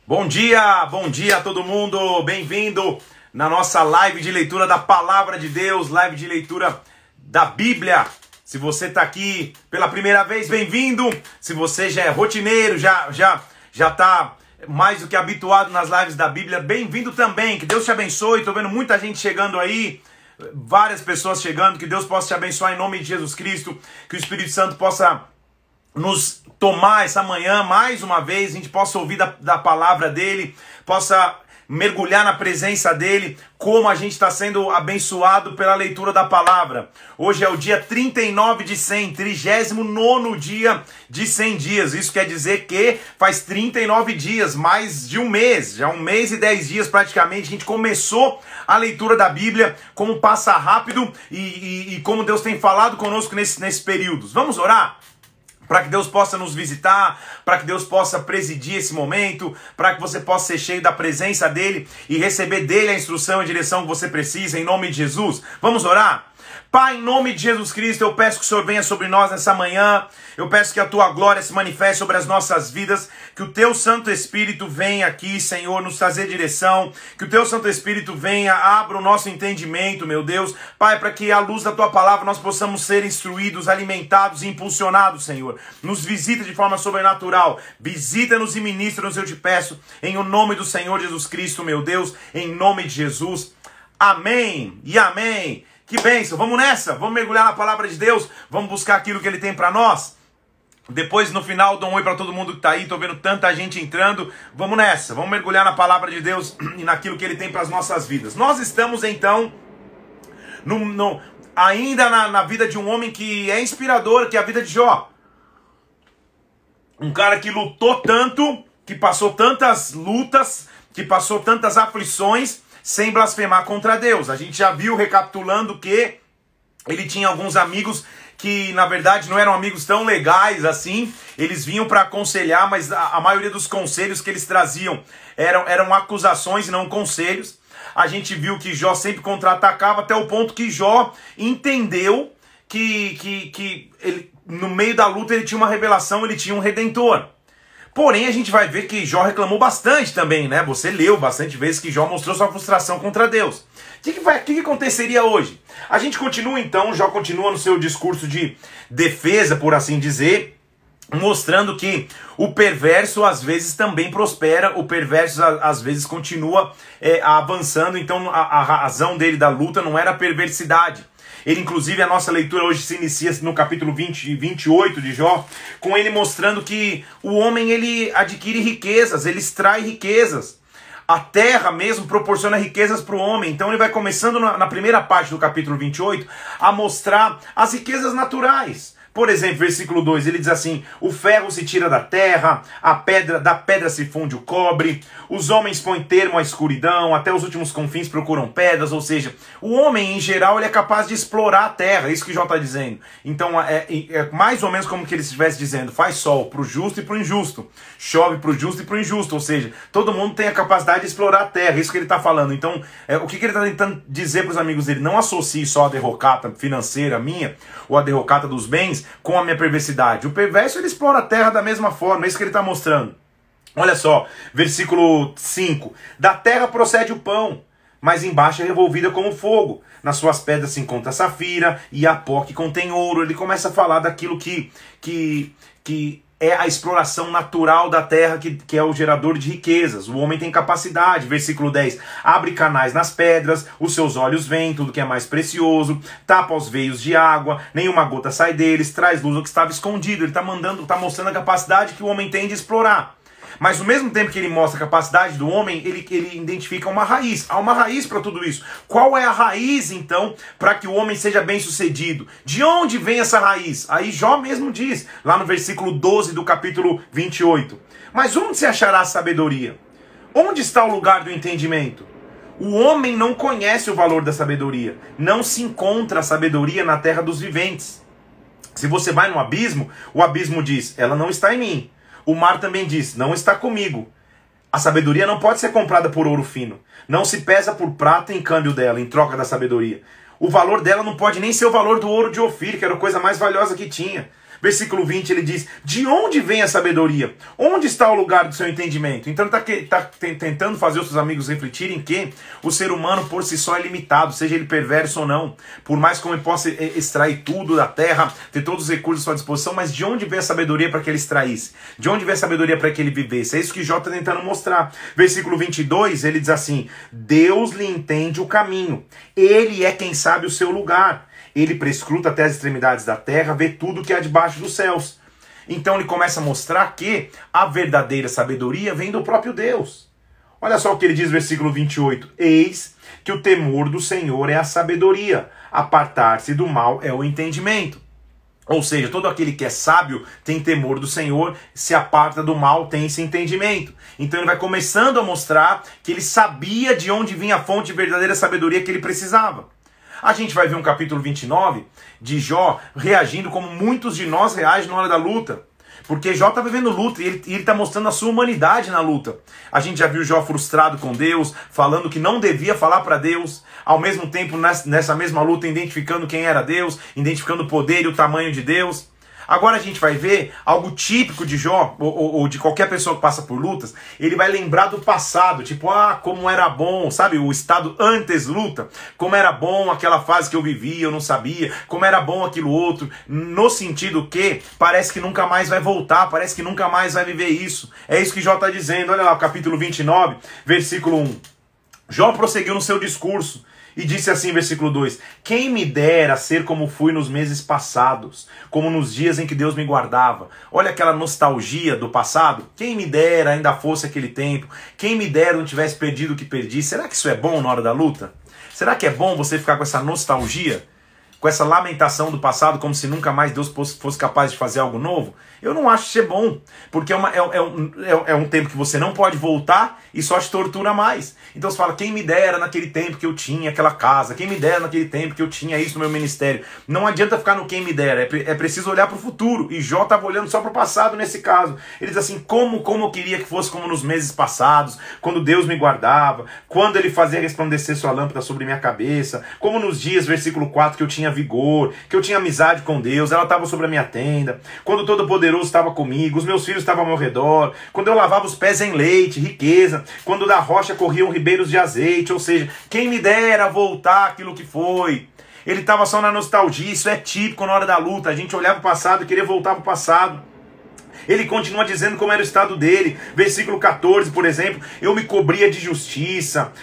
Bom dia a todo mundo, bem-vindo na nossa live de leitura da Palavra de Deus, live de leitura da Bíblia. Se você está aqui pela primeira vez, bem-vindo. Se você já é rotineiro, já está mais do que habituado nas lives da Bíblia, bem-vindo também. Que Deus te abençoe, estou vendo muita gente chegando aí, várias pessoas chegando, que Deus possa te abençoar em nome de Jesus Cristo, que o Espírito Santo possa nos tomar essa manhã mais uma vez, a gente possa ouvir da palavra dele, possa mergulhar na presença dele, como a gente está sendo abençoado pela leitura da palavra. Hoje é o dia 39 de 100, 39º dia de 100 dias, isso quer dizer que faz 39 dias, mais de um mês, já 1 mês e 10 dias praticamente, a gente começou a leitura da Bíblia, como passa rápido e como Deus tem falado conosco nesses períodos. Vamos orar? Para que Deus possa nos visitar, para que Deus possa presidir esse momento, para que você possa ser cheio da presença dEle e receber dEle a instrução e a direção que você precisa, em nome de Jesus. Vamos orar? Pai, em nome de Jesus Cristo, eu peço que o Senhor venha sobre nós nessa manhã, eu peço que a Tua glória se manifeste sobre as nossas vidas, que o Teu Santo Espírito venha aqui, Senhor, nos trazer direção, que o Teu Santo Espírito venha, abra o nosso entendimento, meu Deus, Pai, para que à luz da Tua palavra nós possamos ser instruídos, alimentados e impulsionados, Senhor. Nos visita de forma sobrenatural, visita-nos e ministra-nos, eu te peço, em o nome do Senhor Jesus Cristo, meu Deus, em nome de Jesus, amém e amém. Que bênção, vamos nessa, vamos mergulhar na palavra de Deus, vamos buscar aquilo que Ele tem para nós. Depois no final dou um oi para todo mundo que está aí, estou vendo tanta gente entrando, vamos nessa, vamos mergulhar na palavra de Deus e naquilo que Ele tem para as nossas vidas. Nós estamos então ainda na vida de um homem que é inspirador, que é a vida de Jó. Um cara que lutou tanto, que passou tantas lutas, que passou tantas aflições, sem blasfemar contra Deus. A gente já viu, recapitulando, que ele tinha alguns amigos que na verdade não eram amigos tão legais assim. Eles vinham para aconselhar, mas a maioria dos conselhos que eles traziam eram acusações e não conselhos. A gente viu que Jó sempre contra-atacava, até o ponto que Jó entendeu que ele, no meio da luta ele tinha uma revelação, ele tinha um redentor. Porém, a gente vai ver que Jó reclamou bastante também, né? Você leu bastante vezes que Jó mostrou sua frustração contra Deus. O que aconteceria hoje? A gente continua então, Jó continua no seu discurso de defesa, por assim dizer, mostrando que o perverso às vezes também prospera, o perverso às vezes continua avançando, então a razão dele da luta não era a perversidade. Ele, inclusive, a nossa leitura hoje se inicia no capítulo 20 e 28 de Jó, com ele mostrando que o homem, ele adquire riquezas, ele extrai riquezas. A terra mesmo proporciona riquezas para o homem. Então ele vai começando na primeira parte do capítulo 28 a mostrar as riquezas naturais. Por exemplo, versículo 2, ele diz assim: o ferro se tira da terra, da pedra se funde o cobre, os homens põem termo à escuridão, até os últimos confins procuram pedras. Ou seja, o homem em geral ele é capaz de explorar a terra, é isso que Jó está dizendo. Então é mais ou menos como que ele estivesse dizendo: faz sol para o justo e para o injusto, chove para o justo e para o injusto. Ou seja, todo mundo tem a capacidade de explorar a terra, é isso que ele está falando. Então o que ele está tentando dizer para os amigos dele? Não associe só a derrocata financeira minha, ou a derrocata dos bens, com a minha perversidade. O perverso ele explora a terra da mesma forma, é isso que ele está mostrando. Olha só, versículo 5: da terra procede o pão, mas embaixo é revolvida como fogo. Nas suas pedras se encontra safira e a pó que contém ouro. Ele começa a falar daquilo que é a exploração natural da terra, que é o gerador de riquezas. O homem tem capacidade. Versículo 10. Abre canais nas pedras, os seus olhos veem tudo que é mais precioso, tapa os veios de água, nenhuma gota sai deles, traz luz ao que estava escondido. Ele está mostrando a capacidade que o homem tem de explorar. Mas ao mesmo tempo que ele mostra a capacidade do homem, ele identifica uma raiz. Há uma raiz para tudo isso. Qual é a raiz, então, para que o homem seja bem sucedido? De onde vem essa raiz? Aí Jó mesmo diz, lá no versículo 12 do capítulo 28. Mas onde se achará a sabedoria? Onde está o lugar do entendimento? O homem não conhece o valor da sabedoria. Não se encontra a sabedoria na terra dos viventes. Se você vai no abismo, o abismo diz: ela não está em mim. O mar também diz: não está comigo. A sabedoria não pode ser comprada por ouro fino. Não se pesa por prata em câmbio dela, em troca da sabedoria. O valor dela não pode nem ser o valor do ouro de Ofir, que era a coisa mais valiosa que tinha. Versículo 20 ele diz, de onde vem a sabedoria? Onde está o lugar do seu entendimento? Então ele está tentando fazer os seus amigos refletirem que o ser humano por si só é limitado, seja ele perverso ou não. Por mais que ele possa extrair tudo da terra, ter todos os recursos à sua disposição, mas de onde vem a sabedoria para que ele extraísse? De onde vem a sabedoria para que ele vivesse? É isso que Jó está tentando mostrar. Versículo 22, ele diz assim, Deus lhe entende o caminho, ele é quem sabe o seu lugar. Ele prescruta até as extremidades da terra, vê tudo que há debaixo dos céus. Então ele começa a mostrar que a verdadeira sabedoria vem do próprio Deus. Olha só o que ele diz no versículo 28. Eis que o temor do Senhor é a sabedoria, apartar-se do mal é o entendimento. Ou seja, todo aquele que é sábio tem temor do Senhor, se aparta do mal, tem esse entendimento. Então ele vai começando a mostrar que ele sabia de onde vinha a fonte de verdadeira sabedoria que ele precisava. A gente vai ver um capítulo 29 de Jó reagindo como muitos de nós reagem na hora da luta. Porque Jó está vivendo luta e ele está mostrando a sua humanidade na luta. A gente já viu Jó frustrado com Deus, falando que não devia falar para Deus. Ao mesmo tempo, nessa mesma luta, identificando quem era Deus, identificando o poder e o tamanho de Deus. Agora a gente vai ver algo típico de Jó, ou de qualquer pessoa que passa por lutas. Ele vai lembrar do passado, tipo, como era bom, sabe, o estado antes luta. Como era bom aquela fase que eu vivia, eu não sabia. Como era bom aquilo outro. No sentido que parece que nunca mais vai voltar, parece que nunca mais vai viver isso. É isso que Jó está dizendo. Olha lá, o capítulo 29, versículo 1. Jó prosseguiu no seu discurso. E disse assim, versículo 2, quem me dera ser como fui nos meses passados, como nos dias em que Deus me guardava. Olha aquela nostalgia do passado. Quem me dera ainda fosse aquele tempo. Quem me dera não tivesse perdido o que perdi. Será que isso é bom na hora da luta? Será que é bom você ficar com essa nostalgia? Com essa lamentação do passado, como se nunca mais Deus fosse capaz de fazer algo novo? Eu não acho ser bom, porque é um tempo que você não pode voltar e só te tortura mais. Então você fala, quem me dera naquele tempo que eu tinha aquela casa, quem me dera naquele tempo que eu tinha isso no meu ministério. Não adianta ficar no quem me dera, é preciso olhar para o futuro. E Jó estava olhando só para o passado nesse caso. Ele diz assim, como eu queria que fosse como nos meses passados, quando Deus me guardava, quando Ele fazia resplandecer sua lâmpada sobre minha cabeça, como nos dias, versículo 4, que eu tinha vigor, que eu tinha amizade com Deus, ela estava sobre a minha tenda, quando Todo-Poderoso estava comigo, os meus filhos estavam ao meu redor, quando eu lavava os pés em leite, riqueza, quando da rocha corriam ribeiros de azeite, ou seja, quem me dera voltar aquilo que foi. Ele estava só na nostalgia, isso é típico na hora da luta, a gente olhar para o passado e querer voltar para o passado. Ele continua dizendo como era o estado dele. Versículo 14, por exemplo, eu me cobria de justiça,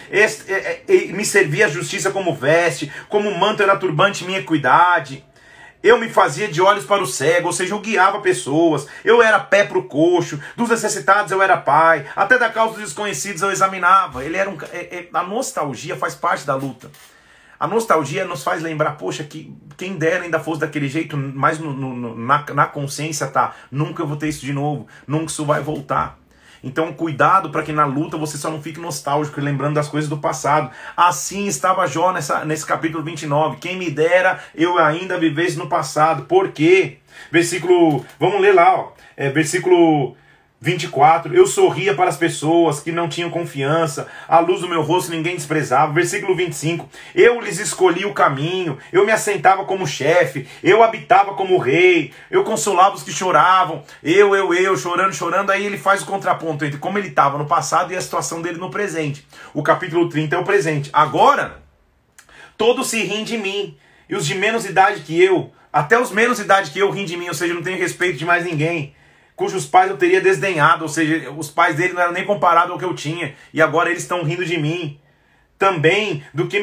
me servia a justiça como veste, como manto era turbante minha equidade. Eu me fazia de olhos para o cego, ou seja, eu guiava pessoas, eu era pé para o coxo, dos necessitados eu era pai, até da causa dos desconhecidos eu examinava. Ele era a nostalgia faz parte da luta. A nostalgia nos faz lembrar, poxa, que quem dera ainda fosse daquele jeito, mas na consciência tá, nunca eu vou ter isso de novo, nunca isso vai voltar. Então cuidado para que na luta você só não fique nostálgico, lembrando das coisas do passado. Assim estava Jó nesse capítulo 29. Quem me dera eu ainda vivesse no passado. Por quê? Vamos ler lá, ó. Versículo 24, eu sorria para as pessoas que não tinham confiança, a luz do meu rosto ninguém desprezava. Versículo 25, eu lhes escolhi o caminho, eu me assentava como chefe, eu habitava como rei, eu consolava os que choravam, eu, chorando. Aí ele faz o contraponto entre como ele estava no passado e a situação dele no presente. O capítulo 30 é o presente. Agora, todos se riem de mim, e os de menos idade que eu, até os menos idade que eu riem de mim, ou seja, não tenho respeito de mais ninguém, cujos pais eu teria desdenhado, ou seja, os pais dele não eram nem comparados ao que eu tinha, e agora eles estão rindo de mim. Também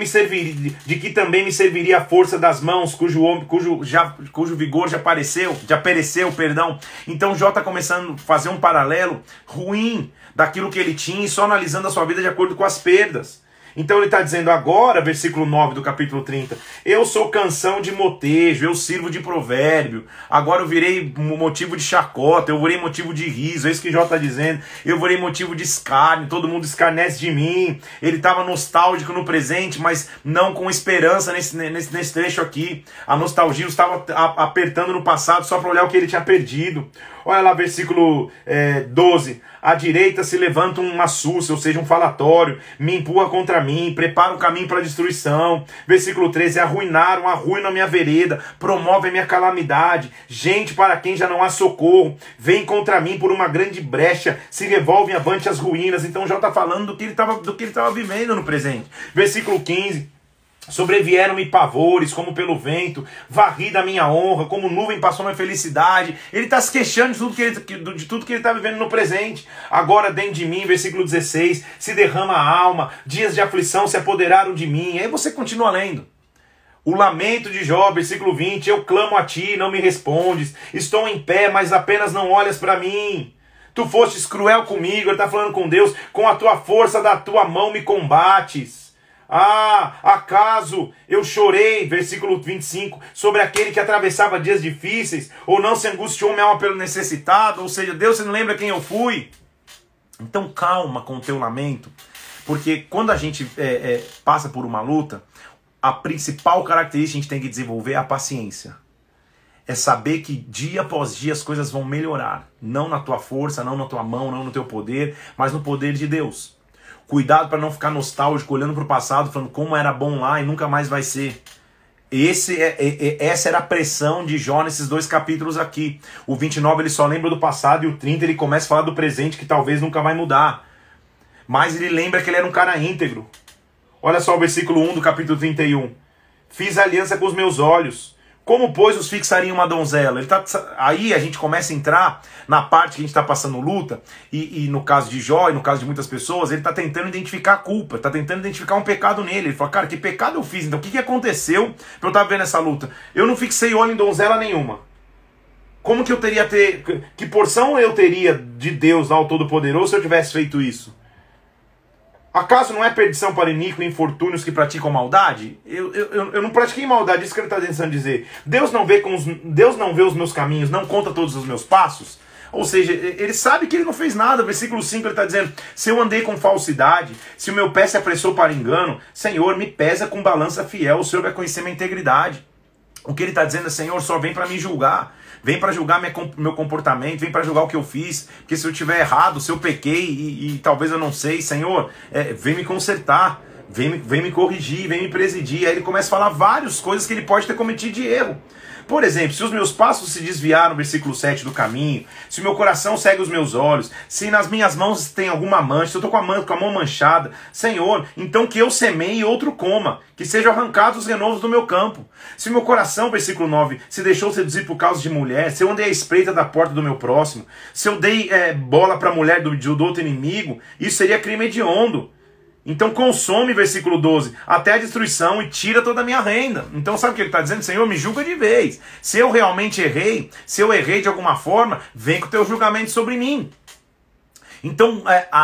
de que também me serviria a força das mãos, cujo vigor já pereceu, perdão. Então Jó está começando a fazer um paralelo ruim daquilo que ele tinha e só analisando a sua vida de acordo com as perdas. Então ele está dizendo agora, versículo 9 do capítulo 30, eu sou canção de motejo, eu sirvo de provérbio, agora eu virei motivo de chacota, eu virei motivo de riso, é isso que Jó está dizendo, eu virei motivo de escárnio, todo mundo escarnece de mim. Ele estava nostálgico no presente, mas não com esperança nesse trecho aqui. A nostalgia estava apertando no passado só para olhar o que ele tinha perdido. Olha lá, versículo 12. À direita se levanta uma súcia, ou seja, um falatório, me empurra contra mim, prepara um caminho para a destruição. Versículo 13, arruinaram, arruinam a minha vereda, promovem a minha calamidade. Gente para quem já não há socorro, vem contra mim por uma grande brecha, se revolvem avante as ruínas. Então já está falando do que ele estava vivendo no presente. Versículo 15. Sobrevieram-me pavores, como pelo vento, varri da minha honra, como nuvem passou minha felicidade. Ele está se queixando de tudo que ele está vivendo no presente. Agora dentro de mim, versículo 16, se derrama a alma, dias de aflição se apoderaram de mim. Aí você continua lendo. O lamento de Jó, versículo 20, eu clamo a ti, não me respondes. Estou em pé, mas apenas não olhas para mim. Tu fostes cruel comigo, ele está falando com Deus, com a tua força da tua mão me combates. Ah, acaso eu chorei, versículo 25, sobre aquele que atravessava dias difíceis, ou não se angustiou minha alma pelo necessitado, ou seja, Deus, você não lembra quem eu fui? Então calma com o teu lamento, porque quando a gente passa por uma luta, a principal característica que a gente tem que desenvolver é a paciência. É saber que dia após dia as coisas vão melhorar, não na tua força, não na tua mão, não no teu poder, mas no poder de Deus. Cuidado para não ficar nostálgico, olhando para o passado, falando como era bom lá e nunca mais vai ser. Essa era a pressão de Jó nesses 2 capítulos aqui. O 29 ele só lembra do passado e o 30 ele começa a falar do presente que talvez nunca vai mudar. Mas ele lembra que ele era um cara íntegro. Olha só o versículo 1 do capítulo 31. Fiz aliança com os meus olhos. Como, pois, os fixaria em uma donzela? Aí a gente começa a entrar na parte que a gente está passando luta, e no caso de Jó, e no caso de muitas pessoas, ele está tentando identificar a culpa, está tentando identificar um pecado nele. Ele fala, cara, que pecado eu fiz? Então o que aconteceu para eu estar vendo essa luta? Eu não fixei olho em donzela nenhuma. Como que eu teria que porção eu teria de Deus lá, o Todo-Poderoso, se eu tivesse feito isso? Acaso não é perdição para iníquo e infortúnios que praticam maldade? Eu não pratiquei maldade, isso que ele está tentando dizer. Deus não vê os meus caminhos, não conta todos os meus passos? Ou seja, ele sabe que ele não fez nada. Versículo 5 ele está dizendo, se eu andei com falsidade, se o meu pé se apressou para engano, Senhor, me pesa com balança fiel, o Senhor vai conhecer minha integridade. O que ele está dizendo é, Senhor, só vem para me julgar. Vem para julgar meu comportamento, vem para julgar o que eu fiz, porque se eu estiver errado, se eu pequei e talvez eu não sei, Senhor, vem me consertar, vem me corrigir, vem me presidir. Aí ele começa a falar várias coisas que ele pode ter cometido de erro. Por exemplo, se os meus passos se desviaram, versículo 7 do caminho, se o meu coração segue os meus olhos, se nas minhas mãos tem alguma mancha, se eu estou com a mão manchada, Senhor, então que eu semeie e outro coma, que sejam arrancados os renovos do meu campo. Se o meu coração, versículo 9, se deixou seduzir por causa de mulher, se eu andei à espreita da porta do meu próximo, se eu dei bola para a mulher do outro inimigo, isso seria crime hediondo. Então consome, versículo 12, até a destruição e tira toda a minha renda. Então sabe o que ele está dizendo? Senhor, me julga de vez. Se eu realmente errei, se eu errei de alguma forma, vem com o teu julgamento sobre mim. Então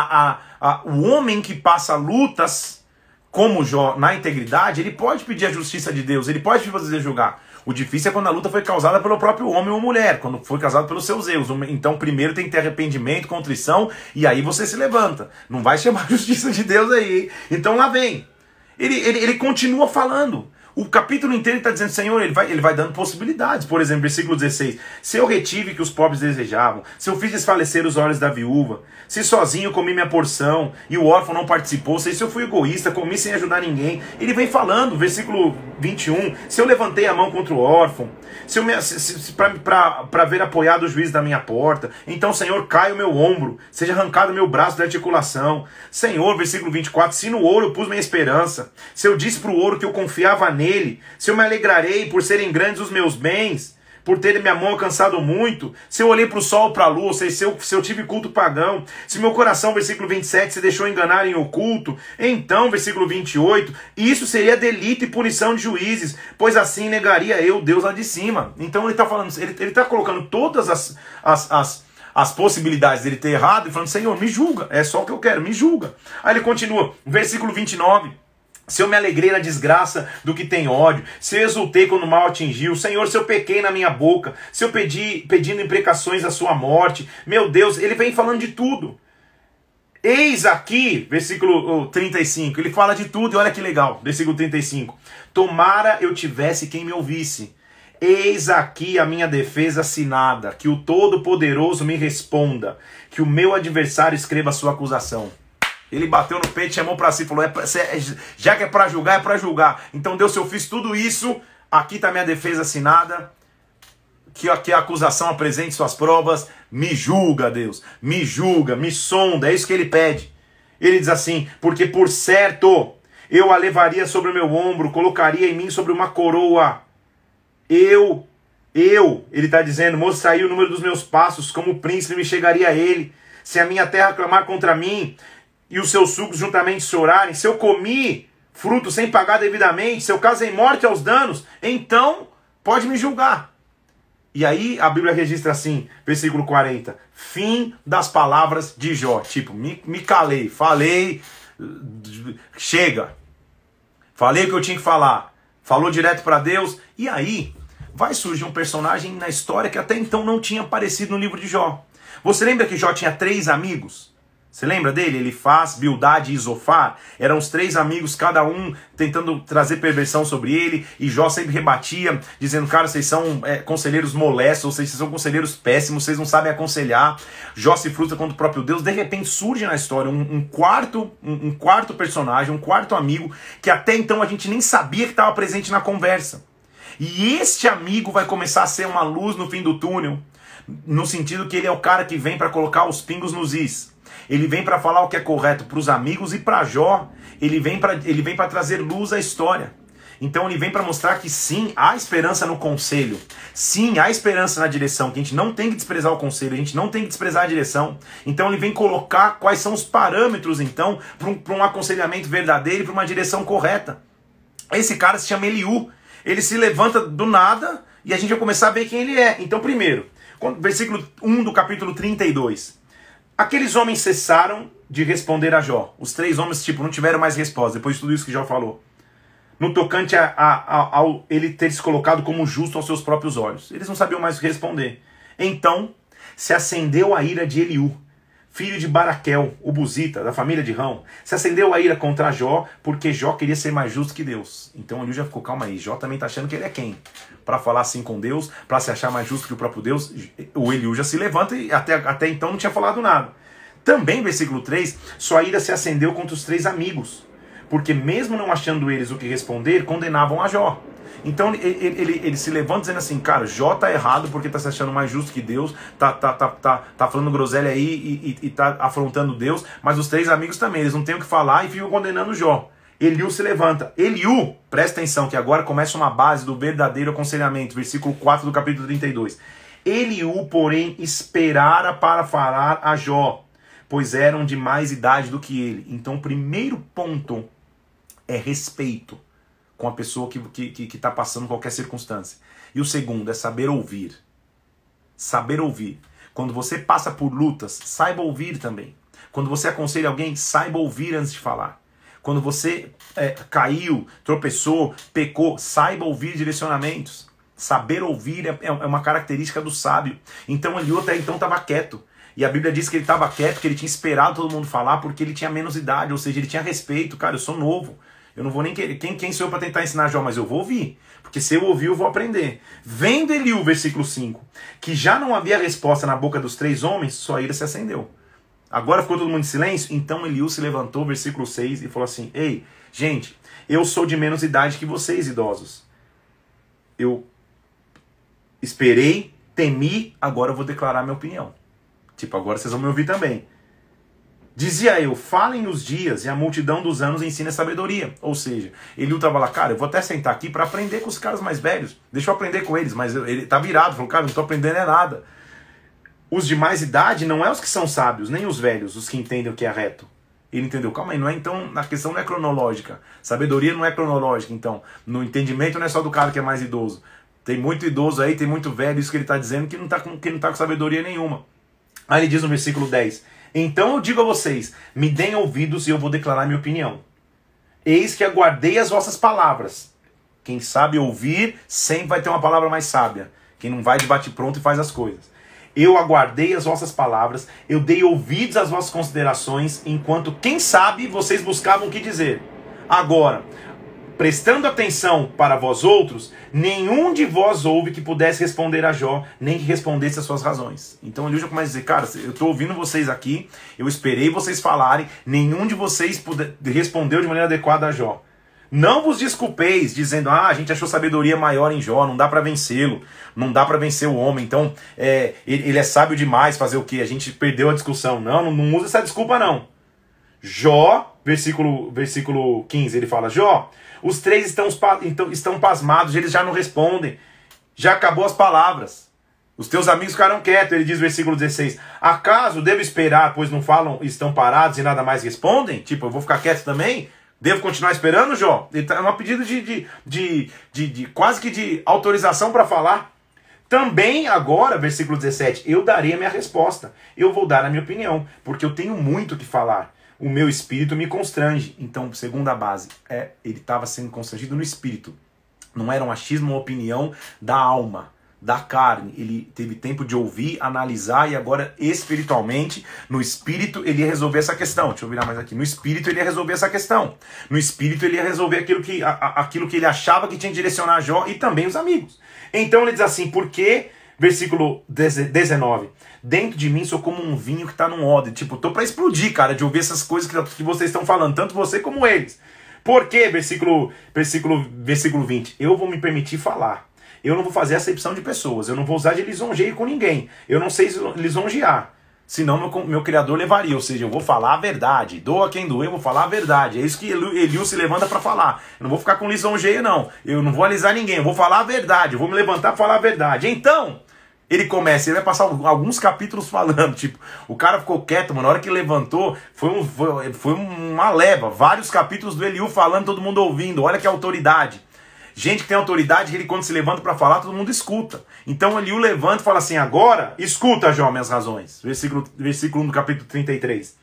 o homem que passa lutas, como Jó, na integridade, ele pode pedir a justiça de Deus, ele pode fazer julgar. O difícil é quando a luta foi causada pelo próprio homem ou mulher, quando foi causado pelos seus erros. Então primeiro tem que ter arrependimento, contrição, e aí você se levanta. Não vai chamar a justiça de Deus aí. Então lá vem. Ele continua falando. O capítulo inteiro está dizendo, Senhor, ele vai dando possibilidades. Por exemplo, versículo 16. Se eu retive que os pobres desejavam, se eu fiz desfalecer os olhos da viúva, se sozinho comi minha porção e o órfão não participou, se eu fui egoísta, comi sem ajudar ninguém. Ele vem falando, versículo 21. Se eu levantei a mão contra o órfão, para ver apoiado o juiz da minha porta, então, Senhor, cai o meu ombro, seja arrancado o meu braço da articulação. Senhor, versículo 24. Se no ouro eu pus minha esperança, se eu disse para o ouro que eu confiava nele, se eu me alegrarei por serem grandes os meus bens, por ter minha mão alcançado muito, se eu olhei para o sol ou para a lua, se eu tive culto pagão, se meu coração, versículo 27, se deixou enganar em oculto, então, versículo 28, isso seria delito e punição de juízes, pois assim negaria eu, Deus lá de cima. Então ele está falando, ele está colocando todas as possibilidades dele ter errado e falando, Senhor, me julga, é só o que eu quero, me julga. Aí ele continua, versículo 29, se eu me alegrei na desgraça do que tem ódio, se eu exultei quando o mal atingiu, Senhor, se eu pequei na minha boca, se eu pedindo imprecações à sua morte, meu Deus, ele vem falando de tudo. Eis aqui, versículo 35, ele fala de tudo e olha que legal, versículo 35, tomara eu tivesse quem me ouvisse, Eis aqui a minha defesa assinada, que o Todo-Poderoso me responda, que o meu adversário escreva a sua acusação. Ele bateu no peito, chamou para si e falou, já que é para julgar, é para julgar. Então Deus, se eu fiz tudo isso, aqui está minha defesa assinada, que a acusação apresente suas provas, me julga, Deus, me julga, me sonda, é isso que ele pede. Ele diz assim, porque por certo eu a levaria sobre o meu ombro, colocaria em mim sobre uma coroa. Ele está dizendo, mostraria o número dos meus passos, como príncipe me chegaria a ele. Se a minha terra clamar contra mim, e os seus sucos juntamente chorarem, se eu comi fruto sem pagar devidamente, se eu causei morte aos danos, então pode me julgar. E aí a Bíblia registra assim, versículo 40, fim das palavras de Jó. Tipo, me calei, falei, chega. Falei o que eu tinha que falar. Falou direto para Deus. E aí vai surgir um personagem na história que até então não tinha aparecido no livro de Jó. Você lembra que Jó tinha 3 amigos? Você lembra dele? Elifaz, Bildade e Zofar. Eram os 3 amigos, cada um tentando trazer perversão sobre ele. E Jó sempre rebatia, dizendo, cara, vocês são conselheiros molestos, vocês são conselheiros péssimos, vocês não sabem aconselhar. Jó se frustra contra o próprio Deus. De repente surge na história um quarto personagem, um quarto amigo, que até então a gente nem sabia que estava presente na conversa. E este amigo vai começar a ser uma luz no fim do túnel, no sentido que ele é o cara que vem para colocar os pingos nos is. Ele vem para falar o que é correto para os amigos e para Jó. Ele vem para trazer luz à história. Então ele vem para mostrar que sim, há esperança no conselho. Sim, há esperança na direção. Que a gente não tem que desprezar o conselho, a gente não tem que desprezar a direção. Então ele vem colocar quais são os parâmetros, então, para um aconselhamento verdadeiro e para uma direção correta. Esse cara se chama Eliú. Ele se levanta do nada e a gente vai começar a ver quem ele é. Então, primeiro, versículo 1 do capítulo 32. Aqueles homens cessaram de responder a Jó. Os 3 homens, não tiveram mais resposta, depois de tudo isso que Jó falou. No tocante ao ele ter se colocado como justo aos seus próprios olhos. Eles não sabiam mais o que responder. Então, se acendeu a ira de Eliú, filho de Baraquel, o Buzita, da família de Rão. Se acendeu a ira contra Jó, porque Jó queria ser mais justo que Deus. Então Eliú já ficou, calma aí, Jó também está achando que ele é quem? Para falar assim com Deus, para se achar mais justo que o próprio Deus. O Eliú já se levanta e até então não tinha falado nada. Também, versículo 3, sua ira se acendeu contra os 3 amigos, porque mesmo não achando eles o que responder, condenavam a Jó. Então ele se levanta dizendo assim, cara, Jó tá errado porque tá se achando mais justo que Deus, tá falando groselha aí e tá afrontando Deus, mas os 3 amigos também, eles não têm o que falar e ficam condenando Jó. Eliú se levanta. Eliú, presta atenção que agora começa uma base do verdadeiro aconselhamento, versículo 4 do capítulo 32. Eliú, porém, esperara para falar a Jó, pois eram de mais idade do que ele. Então o primeiro ponto é respeito com a pessoa que está passando qualquer circunstância. E o segundo é saber ouvir. Saber ouvir. Quando você passa por lutas, saiba ouvir também. Quando você aconselha alguém, saiba ouvir antes de falar. Quando você caiu, tropeçou, pecou, saiba ouvir direcionamentos. Saber ouvir é uma característica do sábio. Então Eliú até então estava quieto. E a Bíblia diz que ele estava quieto, que ele tinha esperado todo mundo falar porque ele tinha menos idade, ou seja, ele tinha respeito. Cara, eu sou novo. Eu não vou nem querer. Quem sou eu para tentar ensinar Jó? Mas eu vou ouvir. Porque se eu ouvir, eu vou aprender. Vendo Eliú, versículo 5, que já não havia resposta na boca dos 3 homens, sua ira se acendeu. Agora ficou todo mundo em silêncio? Então Eliú se levantou, versículo 6, e falou assim, ei, gente, eu sou de menos idade que vocês, idosos. Eu esperei, temi, agora eu vou declarar minha opinião. Agora vocês vão me ouvir também. Dizia eu, falem os dias e a multidão dos anos ensina a sabedoria. Ou seja, Eliú estava lá, cara, eu vou até sentar aqui para aprender com os caras mais velhos. Deixa eu aprender com eles, mas ele tá virado, falou, cara, não estou aprendendo nada. Os de mais idade não é os que são sábios, nem os velhos, os que entendem o que é reto. Ele entendeu, calma aí, não é, então a questão não é cronológica. Sabedoria não é cronológica, então. No entendimento não é só do cara que é mais idoso. Tem muito idoso aí, tem muito velho, isso que ele está dizendo, que não tá com sabedoria nenhuma. Aí ele diz no versículo 10, então eu digo a vocês, me deem ouvidos e eu vou declarar minha opinião. Eis que aguardei as vossas palavras. Quem sabe ouvir, sempre vai ter uma palavra mais sábia. Quem não vai de bate-pronto e faz as coisas. Eu aguardei as vossas palavras, eu dei ouvidos às vossas considerações, enquanto, quem sabe, vocês buscavam o que dizer. Agora, prestando atenção para vós outros, nenhum de vós houve que pudesse responder a Jó, nem que respondesse as suas razões. Então Eliú já começa a dizer, cara, eu estou ouvindo vocês aqui, eu esperei vocês falarem, nenhum de vocês respondeu de maneira adequada a Jó. Não vos desculpeis, dizendo, a gente achou sabedoria maior em Jó, não dá para vencê-lo, não dá para vencer o homem, então ele é sábio demais, fazer o quê? A gente perdeu a discussão. Não usa essa desculpa não. Jó, versículo 15, ele fala, Jó, os três estão pasmados, eles já não respondem, já acabou as palavras. Os teus amigos ficaram quietos, ele diz versículo 16, acaso devo esperar, pois não falam, estão parados e nada mais respondem? Tipo, eu vou ficar quieto também? Devo continuar esperando, Jó? É uma pedido de quase que de autorização para falar. Também agora, versículo 17, eu darei a minha resposta, eu vou dar a minha opinião, porque eu tenho muito o que falar. O meu espírito me constrange. Então, segunda base, ele estava sendo constrangido no espírito. Não era um achismo, uma opinião da alma, da carne. Ele teve tempo de ouvir, analisar e agora espiritualmente, no espírito, ele ia resolver essa questão. Deixa eu virar mais aqui. No espírito ele ia resolver essa questão. No espírito ele ia resolver aquilo que ele achava que tinha que direcionar a Jó e também os amigos. Então ele diz assim, porque, versículo 19, dentro de mim sou como um vinho que está num odre. Tipo, tô para explodir, cara, de ouvir essas coisas que vocês estão falando, tanto você como eles. Por quê? Versículo 20, eu vou me permitir falar. Eu não vou fazer acepção de pessoas, eu não vou usar de lisonjeio com ninguém. Eu não sei lisonjear, senão meu Criador levaria. Ou seja, eu vou falar a verdade. Doa quem doer, eu vou falar a verdade. É isso que Eliú se levanta para falar. Eu não vou ficar com lisonjeio, não. Eu não vou alisar ninguém, eu vou falar a verdade. Eu vou me levantar para falar a verdade. Então, ele vai passar alguns capítulos falando. Tipo, o cara ficou quieto, mano. Na hora que levantou, foi uma leva. Vários capítulos do Eliú falando, todo mundo ouvindo. Olha que autoridade. Gente que tem autoridade, ele quando se levanta para falar, todo mundo escuta. Então Eliú levanta e fala assim, agora, escuta, Jó, minhas razões. Versículo 1 do capítulo 33.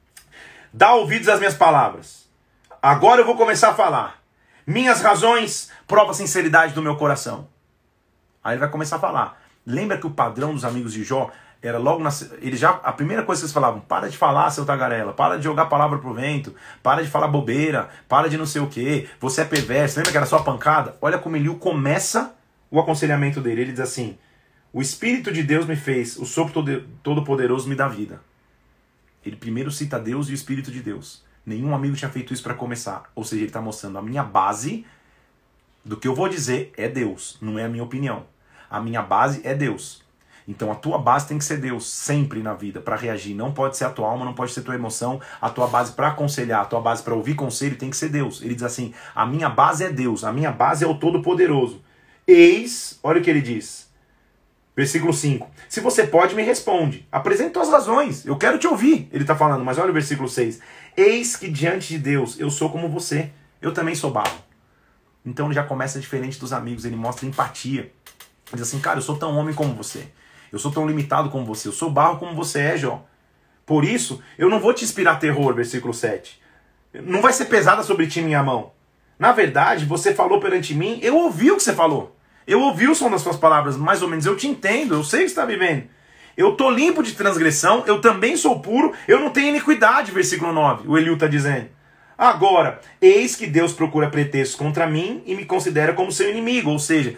Dá ouvidos às minhas palavras. Agora eu vou começar a falar. Minhas razões, prova a sinceridade do meu coração. Aí ele vai começar a falar. Lembra que o padrão dos amigos de Jó era logo a primeira coisa que eles falavam, para de falar, seu tagarela, para de jogar palavra pro vento, para de falar bobeira, para de não sei o que, você é perverso. Lembra que era só pancada? Olha como Eliú começa o aconselhamento dele. Ele diz assim, o Espírito de Deus me fez, o sopro todo-poderoso me dá vida. Ele primeiro cita Deus e o Espírito de Deus. Nenhum amigo tinha feito isso para começar. Ou seja, ele está mostrando a minha base do que eu vou dizer é Deus, não é a minha opinião. A minha base é Deus. Então a tua base tem que ser Deus, sempre na vida, para reagir. Não pode ser a tua alma, não pode ser a tua emoção. A tua base para aconselhar, a tua base para ouvir conselho tem que ser Deus. Ele diz assim, a minha base é Deus, a minha base é o Todo-Poderoso. Eis, olha o que ele diz. Versículo 5. Se você pode, me responde. Apresente tuas razões, eu quero te ouvir. Ele está falando, mas olha o versículo 6. Eis que diante de Deus eu sou como você, eu também sou barro. Então ele já começa diferente dos amigos, ele mostra empatia. Ele diz assim, cara, eu sou tão homem como você. Eu sou tão limitado como você. Eu sou barro como você é, Jó. Por isso, eu não vou te inspirar terror, versículo 7. Não vai ser pesada sobre ti minha mão. Na verdade, você falou perante mim, eu ouvi o que você falou. Eu ouvi o som das suas palavras, mais ou menos. Eu te entendo, eu sei o que você está vivendo. Eu estou limpo de transgressão, eu também sou puro, eu não tenho iniquidade, versículo 9. O Eliú está dizendo. Agora, eis que Deus procura pretextos contra mim e me considera como seu inimigo. Ou seja,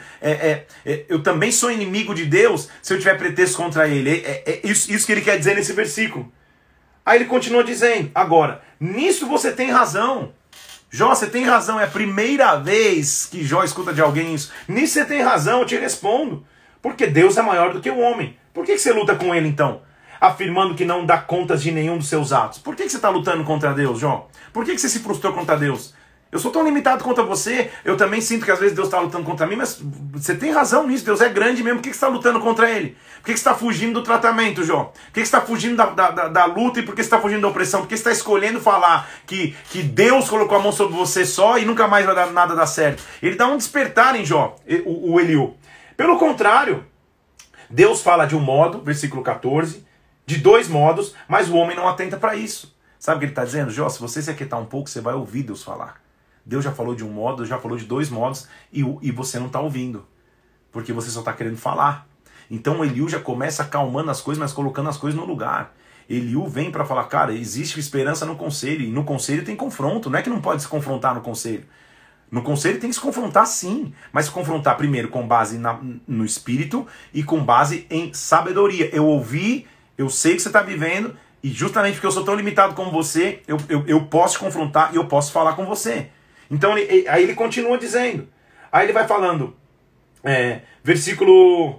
eu também sou inimigo de Deus se eu tiver pretextos contra ele. Isso que ele quer dizer nesse versículo. Aí ele continua dizendo, agora, nisso você tem razão. Jó, você tem razão, é a primeira vez que Jó escuta de alguém isso. Nisso você tem razão, eu te respondo. Porque Deus é maior do que o homem. Por que você luta com ele então? Afirmando que não dá contas de nenhum dos seus atos. Por que você está lutando contra Deus, Jó? Por que você se frustrou contra Deus? Eu sou tão limitado contra você, eu também sinto que às vezes Deus está lutando contra mim, mas você tem razão nisso, Deus é grande mesmo, por que você está lutando contra Ele? Por que você está fugindo do tratamento, Jó? Por que você está fugindo da luta e por que você está fugindo da opressão? Por que você está escolhendo falar que Deus colocou a mão sobre você só e nunca mais vai dar nada dar certo? Ele dá um despertar em Jó, o Eliú. Pelo contrário, Deus fala de um modo, versículo 14, de dois modos, mas o homem não atenta para isso. Sabe o que ele está dizendo? Jó, se você se aquietar um pouco, você vai ouvir Deus falar. Deus já falou de um modo, Deus já falou de dois modos, e você não está ouvindo. Porque você só está querendo falar. Então Eliú já começa acalmando as coisas, mas colocando as coisas no lugar. Eliú vem para falar, cara, existe esperança no conselho, e no conselho tem confronto, não é que não pode se confrontar no conselho. No conselho tem que se confrontar sim, mas se confrontar primeiro com base no espírito e com base em sabedoria. Eu ouvi, eu sei que você está vivendo, e justamente porque eu sou tão limitado como você, eu posso te confrontar e eu posso falar com você. Então aí ele continua dizendo, aí ele vai falando, versículo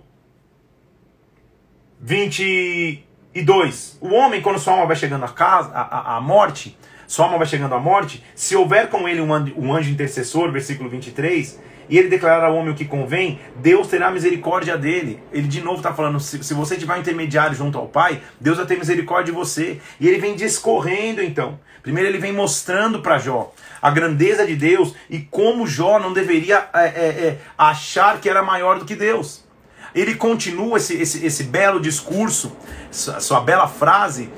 22, o homem, quando sua alma vai chegando à morte, sua alma vai chegando à morte, se houver com ele um anjo intercessor, versículo 23, e ele declarar ao homem o que convém, Deus terá misericórdia dele. Ele de novo está falando, se você tiver um intermediário junto ao Pai, Deus vai ter misericórdia de você. E ele vem discorrendo então. Primeiro ele vem mostrando para Jó a grandeza de Deus e como Jó não deveria achar que era maior do que Deus. Ele continua esse belo discurso, sua bela frase,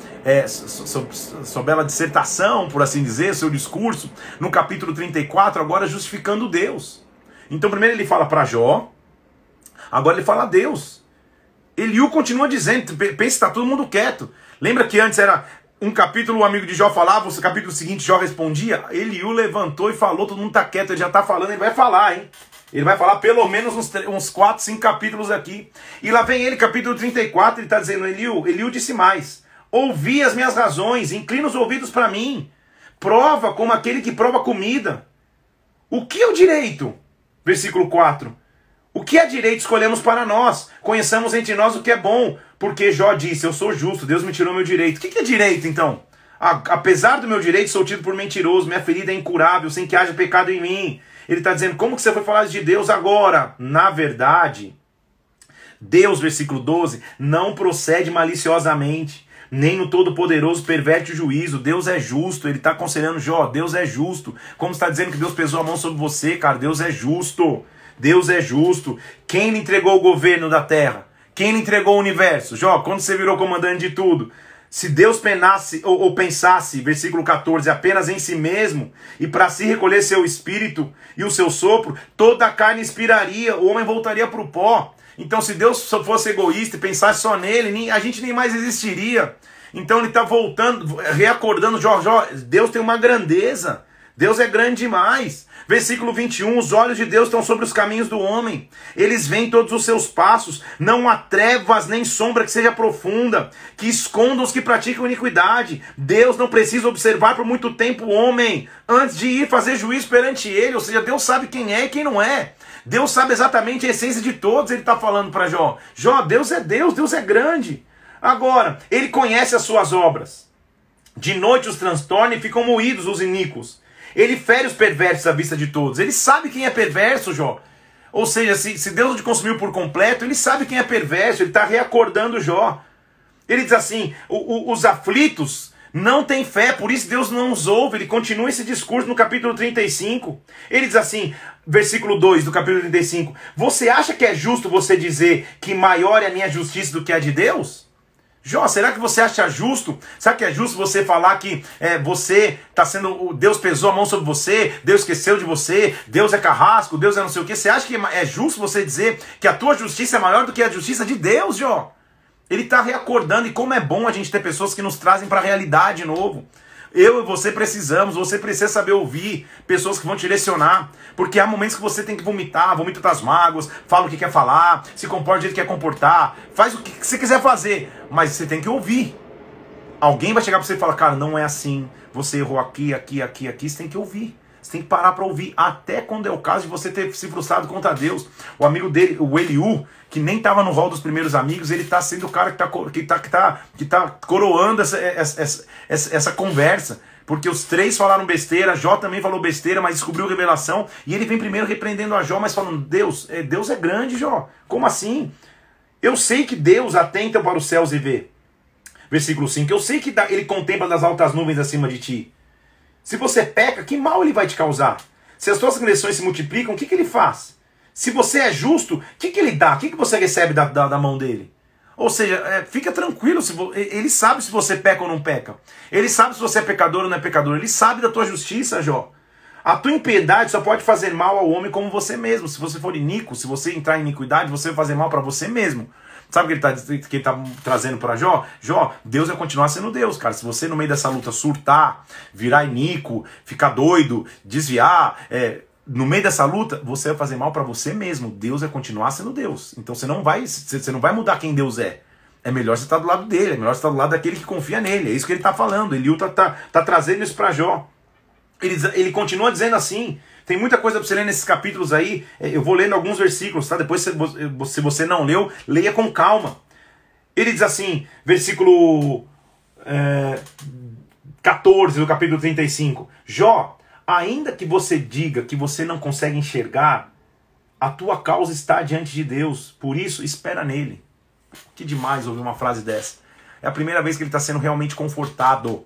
sua bela dissertação, por assim dizer, seu discurso, no capítulo 34, agora justificando Deus. Então primeiro ele fala para Jó, agora ele fala a Deus. Eliú continua dizendo, pensa que está todo mundo quieto. Lembra que antes era um capítulo, o amigo de Jó falava, o capítulo seguinte Jó respondia? Eliú levantou e falou, todo mundo está quieto, ele já está falando, ele vai falar, hein? Ele vai falar pelo menos uns 4, 5 capítulos aqui. E lá vem ele, capítulo 34, ele está dizendo, Eliú disse mais, ouvi as minhas razões, inclina os ouvidos para mim, prova como aquele que prova comida. O que é o direito? Versículo 4. O que é direito escolhemos para nós, conheçamos entre nós o que é bom, porque Jó disse, eu sou justo, Deus me tirou meu direito. O que é direito então? Apesar do meu direito, sou tido por mentiroso, minha ferida é incurável, sem que haja pecado em mim. Ele está dizendo, como que você foi falar de Deus agora? Na verdade, Deus, versículo 12, não procede maliciosamente, nem no Todo-Poderoso perverte o juízo. Deus é justo, ele está aconselhando Jó, Deus é justo. Como está dizendo que Deus pesou a mão sobre você, cara? Deus é justo, Deus é justo. Quem lhe entregou o governo da terra? Quem lhe entregou o universo? Jó, quando você virou comandante de tudo, se Deus penasse ou pensasse, versículo 14, apenas em si mesmo, e para si recolher seu espírito e o seu sopro, toda a carne expiraria, o homem voltaria para o pó. Então se Deus fosse egoísta e pensasse só nele, a gente nem mais existiria. Então ele está voltando, reacordando, Jó, Deus tem uma grandeza, Deus é grande demais. Versículo 21, os olhos de Deus estão sobre os caminhos do homem, eles veem todos os seus passos, não há trevas nem sombra que seja profunda, que esconda os que praticam iniquidade. Deus não precisa observar por muito tempo o homem, antes de ir fazer juízo perante ele, ou seja, Deus sabe quem é e quem não é. Deus sabe exatamente a essência de todos, ele está falando para Jó. Jó, Deus é Deus, Deus é grande. Agora, ele conhece as suas obras. De noite os transtorna e ficam moídos os iníquos. Ele fere os perversos à vista de todos. Ele sabe quem é perverso, Jó. Ou seja, se Deus não te consumiu por completo, ele sabe quem é perverso. Ele está reacordando Jó. Ele diz assim, os aflitos não têm fé, por isso Deus não os ouve. Ele continua esse discurso no capítulo 35. Ele diz assim, versículo 2 do capítulo 35. Você acha que é justo você dizer que maior é a minha justiça do que a de Deus? Jó, será que você acha justo? Será que é justo você falar que você está sendo... Deus pesou a mão sobre você, Deus esqueceu de você, Deus é carrasco, Deus é não sei o quê. Você acha que é justo você dizer que a tua justiça é maior do que a justiça de Deus, Jó? Ele está reacordando, e como é bom a gente ter pessoas que nos trazem para a realidade de novo. Eu e você precisamos, você precisa saber ouvir pessoas que vão te direcionar, porque há momentos que você tem que vomitar, vomita das mágoas, fala o que quer falar, se comporta do jeito que quer comportar, faz o que você quiser fazer, mas você tem que ouvir. Alguém vai chegar para você e falar, cara, não é assim, você errou aqui, você tem que ouvir. Você tem que parar para ouvir, até quando é o caso de você ter se frustrado contra Deus. O amigo dele, o Eliú, que nem estava no rol dos primeiros amigos, ele está sendo o cara que tá coroando essa conversa. Porque os três falaram besteira, Jó também falou besteira, mas descobriu revelação. E ele vem primeiro repreendendo a Jó, mas falando, Deus é grande, Jó. Como assim? Eu sei que Deus atenta para os céus e vê. Versículo 5, eu sei que ele contempla das altas nuvens acima de ti. Se você peca, que mal ele vai te causar? Se as suas agressões se multiplicam, o que ele faz? Se você é justo, o que ele dá? O que você recebe da mão dele? Ou seja, fica tranquilo, ele sabe se você peca ou não peca. Ele sabe se você é pecador ou não é pecador. Ele sabe da tua justiça, Jó. A tua impiedade só pode fazer mal ao homem como você mesmo. Se você for iníquo, se você entrar em iniquidade, você vai fazer mal para você mesmo. Sabe o que ele tá trazendo para Jó? Jó, Deus vai continuar sendo Deus, cara. Se você no meio dessa luta surtar, virar iníquo, ficar doido, desviar, no meio dessa luta, você vai fazer mal para você mesmo. Deus vai continuar sendo Deus. Então você não vai mudar quem Deus é. É melhor você estar do lado dele, é melhor você estar do lado daquele que confia nele. É isso que ele está falando. Eliú tá trazendo isso para Jó. Ele continua dizendo assim. Tem muita coisa para você ler nesses capítulos aí. Eu vou lendo alguns versículos, tá? Depois, se você não leu, leia com calma. Ele diz assim, versículo 14 do capítulo 35. Jó, ainda que você diga que você não consegue enxergar, a tua causa está diante de Deus. Por isso, espera nele. Que demais ouvir uma frase dessa. É a primeira vez que ele está sendo realmente confrontado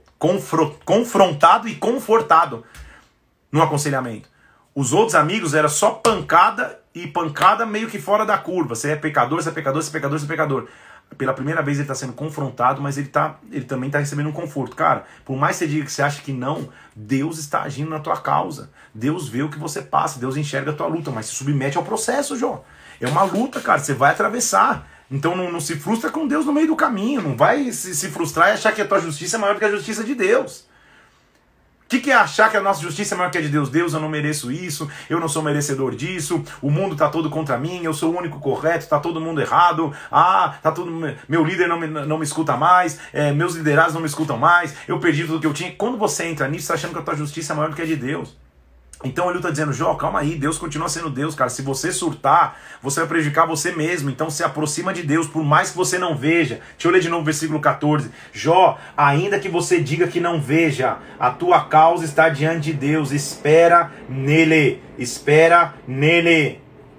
e confortado no aconselhamento. Os outros amigos era só pancada e pancada meio que fora da curva. Você é pecador, você é pecador, você é pecador, você é pecador. Pela primeira vez ele está sendo confrontado, mas ele também está recebendo um conforto. Cara, por mais que você diga que você acha que não, Deus está agindo na tua causa. Deus vê o que você passa, Deus enxerga a tua luta, mas se submete ao processo, Jó. É uma luta, cara, você vai atravessar. Então não se frustra com Deus no meio do caminho. Não vai se frustrar e achar que a tua justiça é maior do que a justiça de Deus. O que é achar que a nossa justiça é maior que a de Deus? Deus, eu não mereço isso, eu não sou merecedor disso, o mundo está todo contra mim, eu sou o único correto, está todo mundo errado, meu líder não me escuta mais, meus liderados não me escutam mais, eu perdi tudo que eu tinha. Quando você entra nisso, você está achando que a tua justiça é maior do que a de Deus. Então ele está dizendo, Jó, calma aí, Deus continua sendo Deus, cara. Se você surtar, você vai prejudicar você mesmo. Então se aproxima de Deus, por mais que você não veja. Deixa eu ler de novo o versículo 14. Jó, ainda que você diga que não veja, a tua causa está diante de Deus. Espera nele. Espera nele.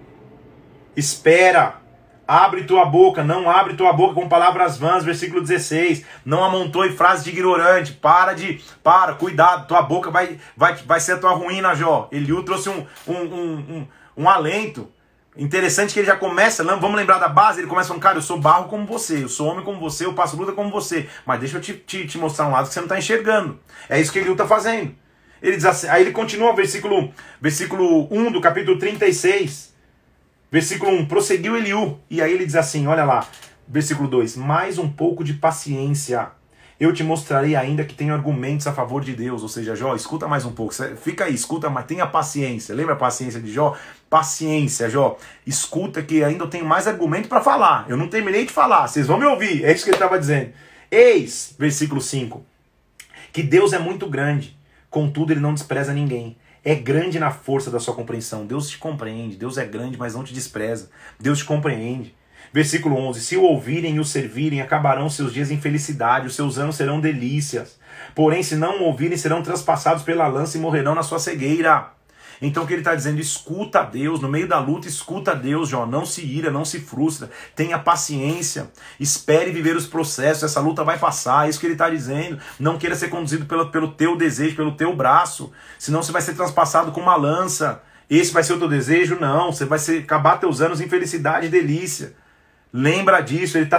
Espera. Abre tua boca, não abre tua boca com palavras vãs, versículo 16. Não amontoe frases de ignorante. Para, cuidado, tua boca vai ser a tua ruína, Jó. Eliú trouxe um alento. Interessante que ele já começa, vamos lembrar da base, ele começa falando, cara, eu sou barro como você, eu sou homem como você, eu passo luta como você. Mas deixa eu te mostrar um lado que você não está enxergando. É isso que Eliú está fazendo. Ele diz assim, aí ele continua, versículo 1 do capítulo 36. Versículo 1, prosseguiu Eliú, e aí ele diz assim, olha lá, versículo 2, mais um pouco de paciência, eu te mostrarei ainda que tenho argumentos a favor de Deus. Ou seja, Jó, escuta mais um pouco, fica aí, escuta, mas tenha paciência. Lembra a paciência de Jó? Paciência, Jó, escuta que ainda eu tenho mais argumento para falar, eu não terminei de falar, vocês vão me ouvir, é isso que ele estava dizendo. Eis, versículo 5, que Deus é muito grande, contudo ele não despreza ninguém. É grande na força da sua compreensão. Deus te compreende. Deus é grande, mas não te despreza. Deus te compreende. Versículo 11. Se o ouvirem e o servirem, acabarão seus dias em felicidade. Os seus anos serão delícias. Porém, se não o ouvirem, serão transpassados pela lança e morrerão na sua cegueira. Então o que ele está dizendo? Escuta a Deus, no meio da luta, escuta a Deus, Jó. Não se ira, não se frustra. Tenha paciência. Espere viver os processos. Essa luta vai passar. É isso que ele está dizendo. Não queira ser conduzido pelo teu desejo, pelo teu braço. Senão você vai ser transpassado com uma lança. Esse vai ser o teu desejo? Não. Você vai acabar teus anos em felicidade e delícia. Lembra disso. Ele está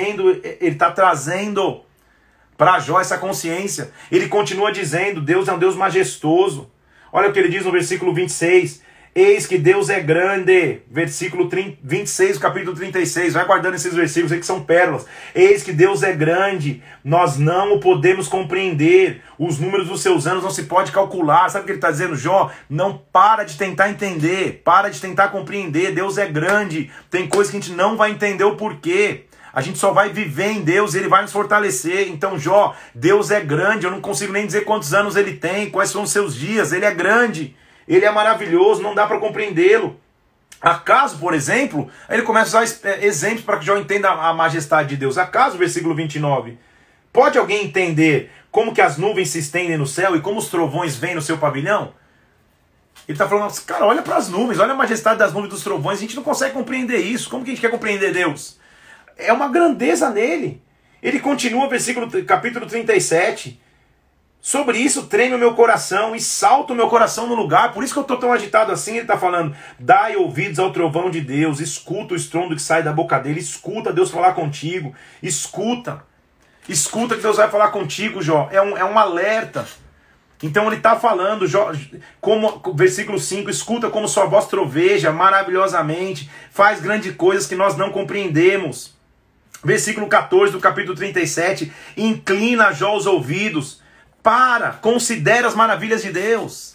trazendo para Jó essa consciência. Ele continua dizendo, Deus é um Deus majestoso. Olha o que ele diz no versículo 26. Eis que Deus é grande. Versículo 26 do capítulo 36. Vai guardando esses versículos aí que são pérolas. Eis que Deus é grande. Nós não o podemos compreender. Os números dos seus anos não se pode calcular. Sabe o que ele está dizendo, Jó? Não para de tentar entender. Para de tentar compreender. Deus é grande. Tem coisas que a gente não vai entender o porquê. A gente só vai viver em Deus e Ele vai nos fortalecer. Então, Jó, Deus é grande. Eu não consigo nem dizer quantos anos Ele tem, quais são os seus dias. Ele é grande, Ele é maravilhoso, não dá para compreendê-lo. Acaso, por exemplo, aí ele começa a usar exemplos para que Jó entenda a majestade de Deus. Acaso, versículo 29, pode alguém entender como que as nuvens se estendem no céu e como os trovões vêm no seu pavilhão? Ele está falando, cara, olha para as nuvens, olha a majestade das nuvens e dos trovões. A gente não consegue compreender isso. Como que a gente quer compreender Deus? É uma grandeza nele. Ele continua, capítulo 37. Sobre isso treme o meu coração e salta o meu coração no lugar. Por isso que eu estou tão agitado assim. Ele está falando, dai ouvidos ao trovão de Deus. Escuta o estrondo que sai da boca dele. Escuta Deus falar contigo. Escuta. Escuta que Deus vai falar contigo, Jó. É um alerta. Então ele está falando, versículo 5, escuta como sua voz troveja maravilhosamente, faz grandes coisas que nós não compreendemos. Versículo 14 do capítulo 37, inclina Jó os ouvidos, considera as maravilhas de Deus.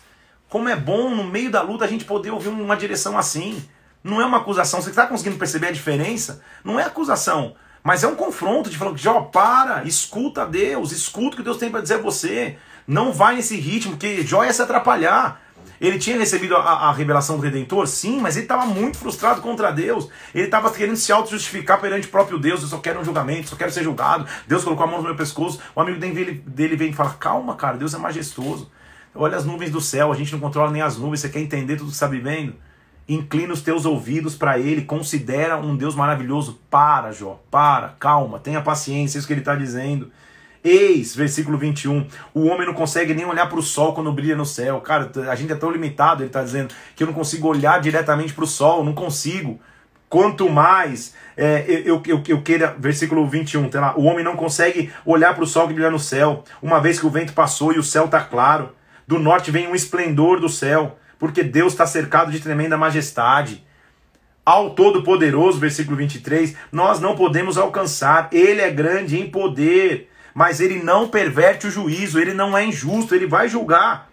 Como é bom no meio da luta a gente poder ouvir uma direção assim. Não é uma acusação. Você está conseguindo perceber a diferença? Não é acusação, mas é um confronto de falando, Jó, para, escuta Deus, escuta o que Deus tem para dizer a você. Não vai nesse ritmo, porque Jó ia se atrapalhar. Ele tinha recebido a revelação do Redentor, sim, mas ele estava muito frustrado contra Deus. Ele estava querendo se auto-justificar perante o próprio Deus. Eu só quero um julgamento, só quero ser julgado. Deus colocou a mão no meu pescoço. O amigo dele vem e fala, calma, cara, Deus é majestoso. Olha as nuvens do céu, a gente não controla nem as nuvens. Você quer entender tudo que está vivendo? Inclina os teus ouvidos para Ele, considera um Deus maravilhoso. Para, Jó, para, calma, tenha paciência, é isso que ele está dizendo. Eis, versículo 21, o homem não consegue nem olhar para o sol quando brilha no céu. Cara, a gente é tão limitado, ele está dizendo, que eu não consigo olhar diretamente para o sol, não consigo. Quanto mais eu queira, versículo 21, tá lá, o homem não consegue olhar para o sol que brilha no céu, uma vez que o vento passou e o céu está claro. Do norte vem um esplendor do céu, porque Deus está cercado de tremenda majestade. Ao Todo-Poderoso, versículo 23, nós não podemos alcançar. Ele é grande em poder, mas ele não perverte o juízo, ele não é injusto, ele vai julgar.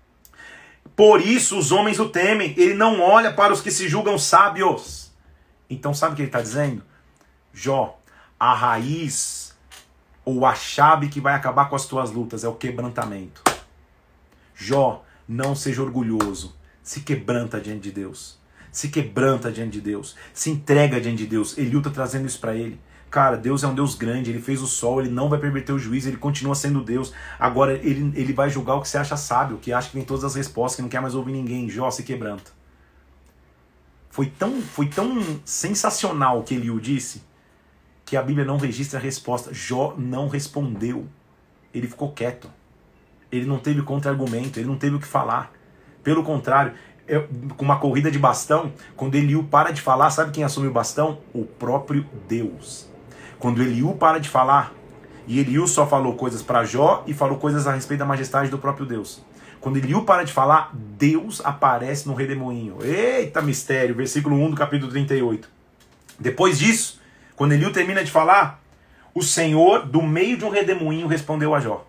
Por isso os homens o temem, ele não olha para os que se julgam sábios. Então sabe o que ele está dizendo? Jó, a raiz ou a chave que vai acabar com as tuas lutas é o quebrantamento. Jó, não seja orgulhoso, se quebranta diante de Deus. Se quebranta diante de Deus, se entrega diante de Deus. Eliú está trazendo isso para ele. Cara, Deus é um Deus grande, Ele fez o sol, Ele não vai perverter o juízo, Ele continua sendo Deus. Agora ele vai julgar o que você acha sábio, o que acha que tem todas as respostas, que não quer mais ouvir ninguém. Jó, se quebranta. Foi tão sensacional o que Eliú disse, que a Bíblia não registra a resposta. Jó não respondeu. Ele ficou quieto. Ele não teve contra-argumento, ele não teve o que falar. Pelo contrário, com uma corrida de bastão, quando Eliú para de falar, sabe quem assume o bastão? O próprio Deus. Quando Eliú para de falar, e Eliú só falou coisas para Jó e falou coisas a respeito da majestade do próprio Deus. Quando Eliú para de falar, Deus aparece no redemoinho. Eita mistério, versículo 1 do capítulo 38. Depois disso, quando Eliú termina de falar, o Senhor, do meio de um redemoinho, respondeu a Jó.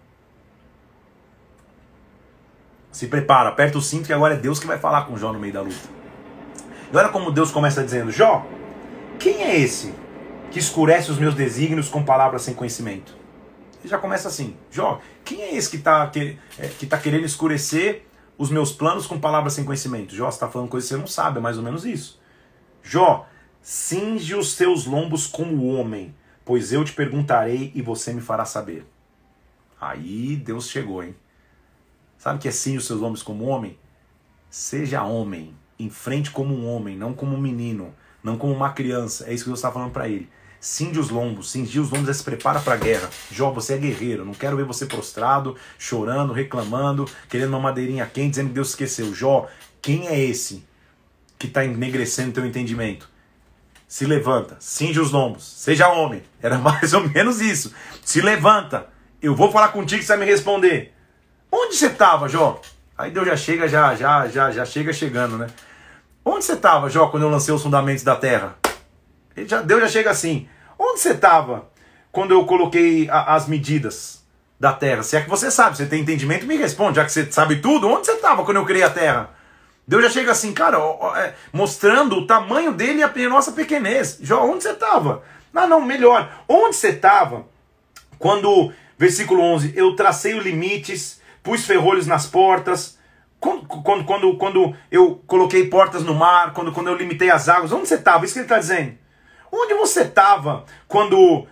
Se prepara, aperta o cinto que agora é Deus que vai falar com Jó no meio da luta. E olha como Deus começa dizendo, Jó, quem é esse que escurece os meus desígnios com palavras sem conhecimento? Ele já começa assim, Jó, quem é esse que tá querendo escurecer os meus planos com palavras sem conhecimento? Jó, você está falando coisas que você não sabe, é mais ou menos isso. Jó, cinge os teus lombos como homem, pois eu te perguntarei e você me fará saber. Aí Deus chegou, hein? Sabe o que é cinge os seus lombos como homem? Seja homem, enfrente como um homem, não como um menino, não como uma criança. É isso que Deus está falando para ele. Cinge os lombos, cingir os lombos é se prepara para a guerra. Jó, você é guerreiro, não quero ver você prostrado, chorando, reclamando, querendo uma madeirinha quente, dizendo que Deus esqueceu. Jó, quem é esse que está enegrecendo o teu entendimento? Se levanta, cinge os lombos, seja homem. Era mais ou menos isso. Se levanta, eu vou falar contigo e você vai me responder. Onde você estava, Jó? Aí Deus já chega, já chega chegando, né? Onde você estava, Jó, quando eu lancei os fundamentos da terra? Deus já chega assim. Onde você estava quando eu coloquei as medidas da terra? Se é que você sabe, você tem entendimento, me responde. Já que você sabe tudo, onde você estava quando eu criei a terra? Deus já chega assim, cara, mostrando o tamanho dele e a nossa pequenez. Jó, onde você estava? Não, melhor. Onde você estava quando, versículo 11, eu tracei os limites, pus ferrolhos nas portas, quando eu coloquei portas no mar, quando eu limitei as águas, onde você estava? Isso que ele está dizendo. Onde você estava quando...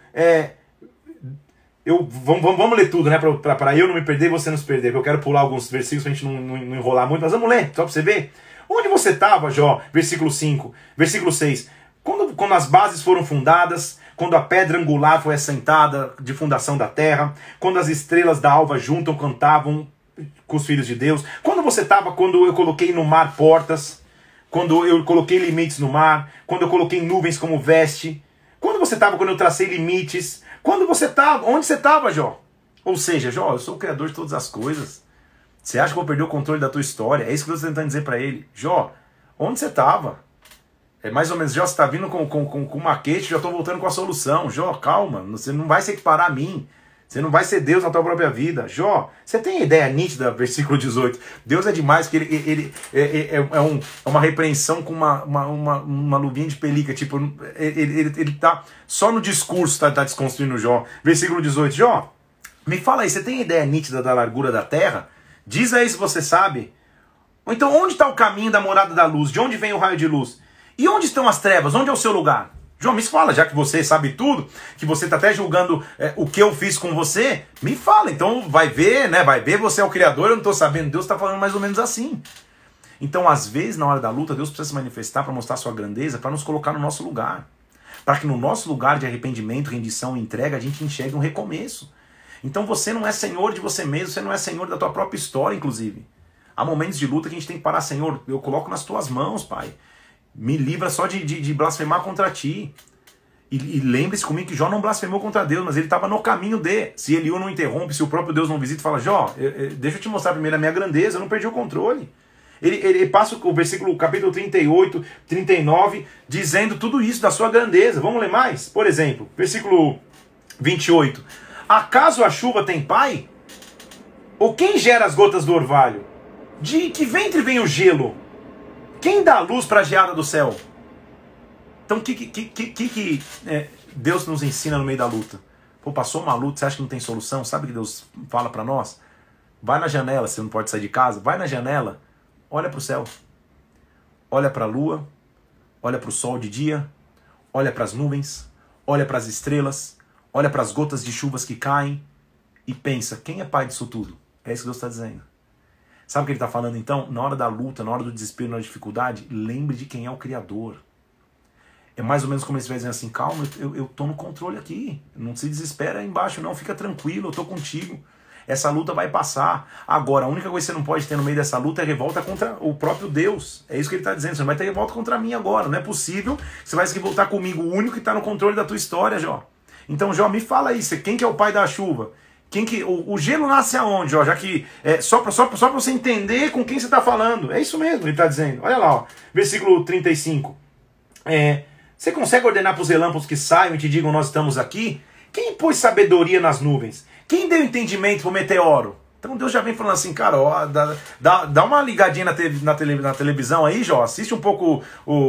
vamos ler tudo, né? Para eu não me perder e você não se perder, porque eu quero pular alguns versículos para a gente não enrolar muito, mas vamos ler, só para você ver. Onde você estava, Jó? Versículo 5, versículo 6. Quando as bases foram fundadas, quando a pedra angular foi assentada de fundação da terra, quando as estrelas da alva juntam, cantavam com os filhos de Deus. Quando você estava quando eu coloquei no mar portas, quando eu coloquei limites no mar, quando eu coloquei nuvens como veste. Quando você estava quando eu tracei limites. Quando você estava, onde você estava, Jó? Ou seja, Jó, eu sou o criador de todas as coisas. Você acha que eu vou perder o controle da tua história? É isso que eu estou tentando dizer para ele. Jó, onde você estava? É mais ou menos, Jó, você está vindo com uma queixa, já estou voltando com a solução. Jó, calma, você não vai se equiparar a mim. Você não vai ser Deus na tua própria vida. Jó, você tem ideia nítida, versículo 18. Deus é demais, que ele é uma repreensão com uma luvinha de pelica. Tipo, ele tá só no discurso, tá desconstruindo Jó. Versículo 18. Jó, me fala aí, você tem ideia nítida da largura da terra? Diz aí se você sabe. Ou então, onde está o caminho da morada da luz? De onde vem o raio de luz? E onde estão as trevas? Onde é o seu lugar? João, me fala, já que você sabe tudo, que você está até julgando o que eu fiz com você, me fala. Então vai ver, né? Vai ver, você é o Criador, eu não estou sabendo. Deus está falando mais ou menos assim. Então, às vezes, na hora da luta, Deus precisa se manifestar para mostrar sua grandeza, para nos colocar no nosso lugar. Para que no nosso lugar de arrependimento, rendição e entrega, a gente enxergue um recomeço. Então você não é senhor de você mesmo, você não é senhor da tua própria história, inclusive. Há momentos de luta que a gente tem que parar, Senhor, eu coloco nas tuas mãos, Pai. Me livra só de blasfemar contra ti. E lembre-se comigo que Jó não blasfemou contra Deus, mas ele estava no caminho de. Se Eliú não interrompe, se o próprio Deus não visita e fala, Jó, deixa eu te mostrar primeiro a minha grandeza, eu não perdi o controle. Ele passa o versículo, capítulo 38, 39, dizendo tudo isso da sua grandeza. Vamos ler mais? Por exemplo, versículo 28. Acaso a chuva tem pai? Ou quem gera as gotas do orvalho? De que ventre vem o gelo? Quem dá a luz para a geada do céu? Então o que Deus nos ensina no meio da luta? Pô, passou uma luta, você acha que não tem solução? Sabe o que Deus fala para nós? Vai na janela, você não pode sair de casa, vai na janela, olha para o céu. Olha para a lua, olha para o sol de dia, olha para as nuvens, olha para as estrelas, olha para as gotas de chuvas que caem e pensa, quem é pai disso tudo? É isso que Deus está dizendo. Sabe o que ele está falando então? Na hora da luta, na hora do desespero, na hora da dificuldade, lembre de quem é o Criador. É mais ou menos como ele estiver dizendo assim, calma, eu estou no controle aqui. Não se desespera aí embaixo não, fica tranquilo, eu estou contigo. Essa luta vai passar. Agora, a única coisa que você não pode ter no meio dessa luta é revolta contra o próprio Deus. É isso que ele está dizendo, você não vai ter revolta contra mim agora. Não é possível que você vai se revoltar comigo, o único que está no controle da tua história, Jó. Então, Jó, me fala aí, quem que é o pai da chuva? O gelo nasce aonde, Jó? Já que só para você entender com quem você está falando. É isso mesmo, ele está dizendo. Olha lá, ó, versículo 35. Você consegue ordenar para os relâmpagos que saiam e te digam nós estamos aqui? Quem pôs sabedoria nas nuvens? Quem deu entendimento para o meteoro? Então Deus já vem falando assim, cara, ó, dá uma ligadinha na televisão aí, Jó, assiste um pouco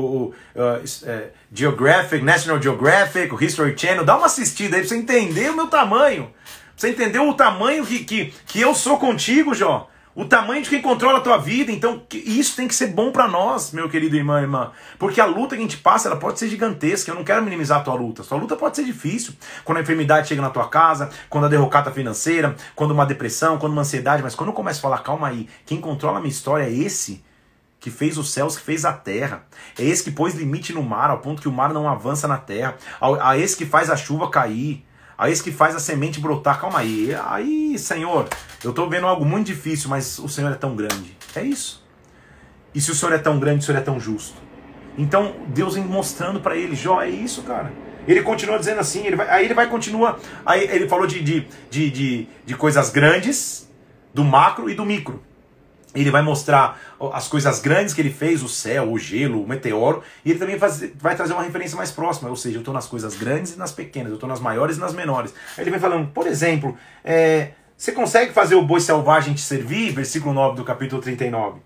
Geographic, National Geographic, o History Channel, dá uma assistida aí para você entender o meu tamanho. Você entendeu o tamanho que eu sou contigo, Jó? O tamanho de quem controla a tua vida. Então isso tem que ser bom para nós, meu querido irmão e irmã. Porque a luta que a gente passa, ela pode ser gigantesca. Eu não quero minimizar a tua luta. A tua luta pode ser difícil. Quando a enfermidade chega na tua casa, quando a derrocata financeira, quando uma depressão, quando uma ansiedade. Mas quando eu começo a falar, calma aí, quem controla a minha história é esse que fez os céus, que fez a terra. É esse que pôs limite no mar, ao ponto que o mar não avança na terra. A esse que faz a chuva cair. A esse que faz a semente brotar. Calma aí. Aí, Senhor, eu estou vendo algo muito difícil, mas o Senhor é tão grande. É isso. E se o Senhor é tão grande, o Senhor é tão justo. Então, Deus vem mostrando para ele, Jó, é isso, cara. Ele continua dizendo assim, aí ele vai continuar. Aí ele falou de coisas grandes, do macro e do micro. Ele vai mostrar as coisas grandes que ele fez, o céu, o gelo, o meteoro, e ele também vai trazer uma referência mais próxima, ou seja, eu estou nas coisas grandes e nas pequenas, eu estou nas maiores e nas menores. Aí ele vai falando, por exemplo, você consegue fazer o boi selvagem te servir? Versículo 9 do capítulo 39.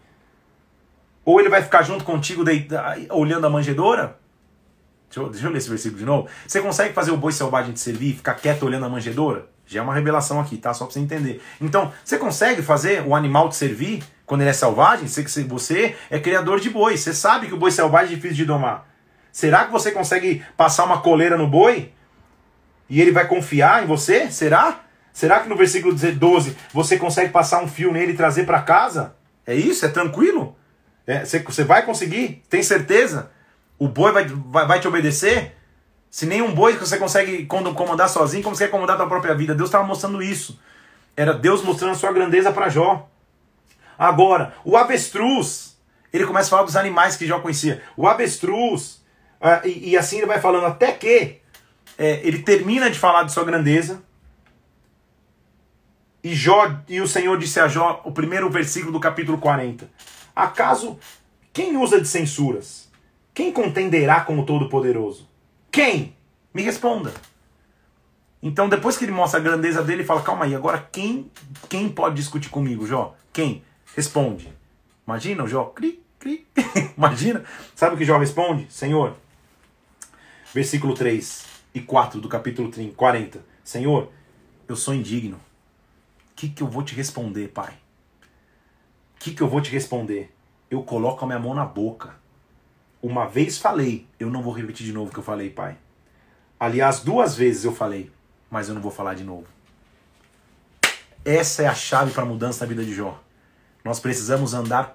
Ou ele vai ficar junto contigo olhando a manjedoura? Deixa eu ler esse versículo de novo. Você consegue fazer o boi selvagem te servir e ficar quieto olhando a manjedoura? Já é uma revelação aqui, tá? Só para você entender. Então, você consegue fazer o animal te servir quando ele é selvagem? Você é criador de boi. Você sabe que o boi selvagem é difícil de domar. Será que você consegue passar uma coleira no boi? E ele vai confiar em você? Será? Será que no versículo 12 você consegue passar um fio nele e trazer para casa? É isso? É tranquilo? Você vai conseguir? Tem certeza? O boi vai te obedecer? Se nem um boi que você consegue comandar sozinho, como você quer comandar a tua própria vida? Deus estava mostrando isso. Era Deus mostrando a sua grandeza para Jó. Agora, o avestruz, ele começa a falar dos animais que Jó conhecia. O avestruz, e assim ele vai falando até que ele termina de falar de sua grandeza. E o Senhor disse a Jó, o primeiro versículo do capítulo 40. Acaso, quem usa de censuras? Quem contenderá com o Todo-Poderoso? Quem? Me responda. Então depois que ele mostra a grandeza dele, ele fala, calma aí, agora quem pode discutir comigo, Jó? Quem? Responde. Imagina o Jó, cri, cri. Imagina. Sabe o que Jó responde? Senhor, versículo 3 e 4 do capítulo 40. Senhor, eu sou indigno. O que eu vou te responder, pai? O que eu vou te responder? Eu coloco a minha mão na boca. Uma vez falei, eu não vou repetir de novo o que eu falei, pai. Aliás, 2 vezes eu falei, mas eu não vou falar de novo. Essa é a chave para a mudança na vida de Jó. Nós precisamos andar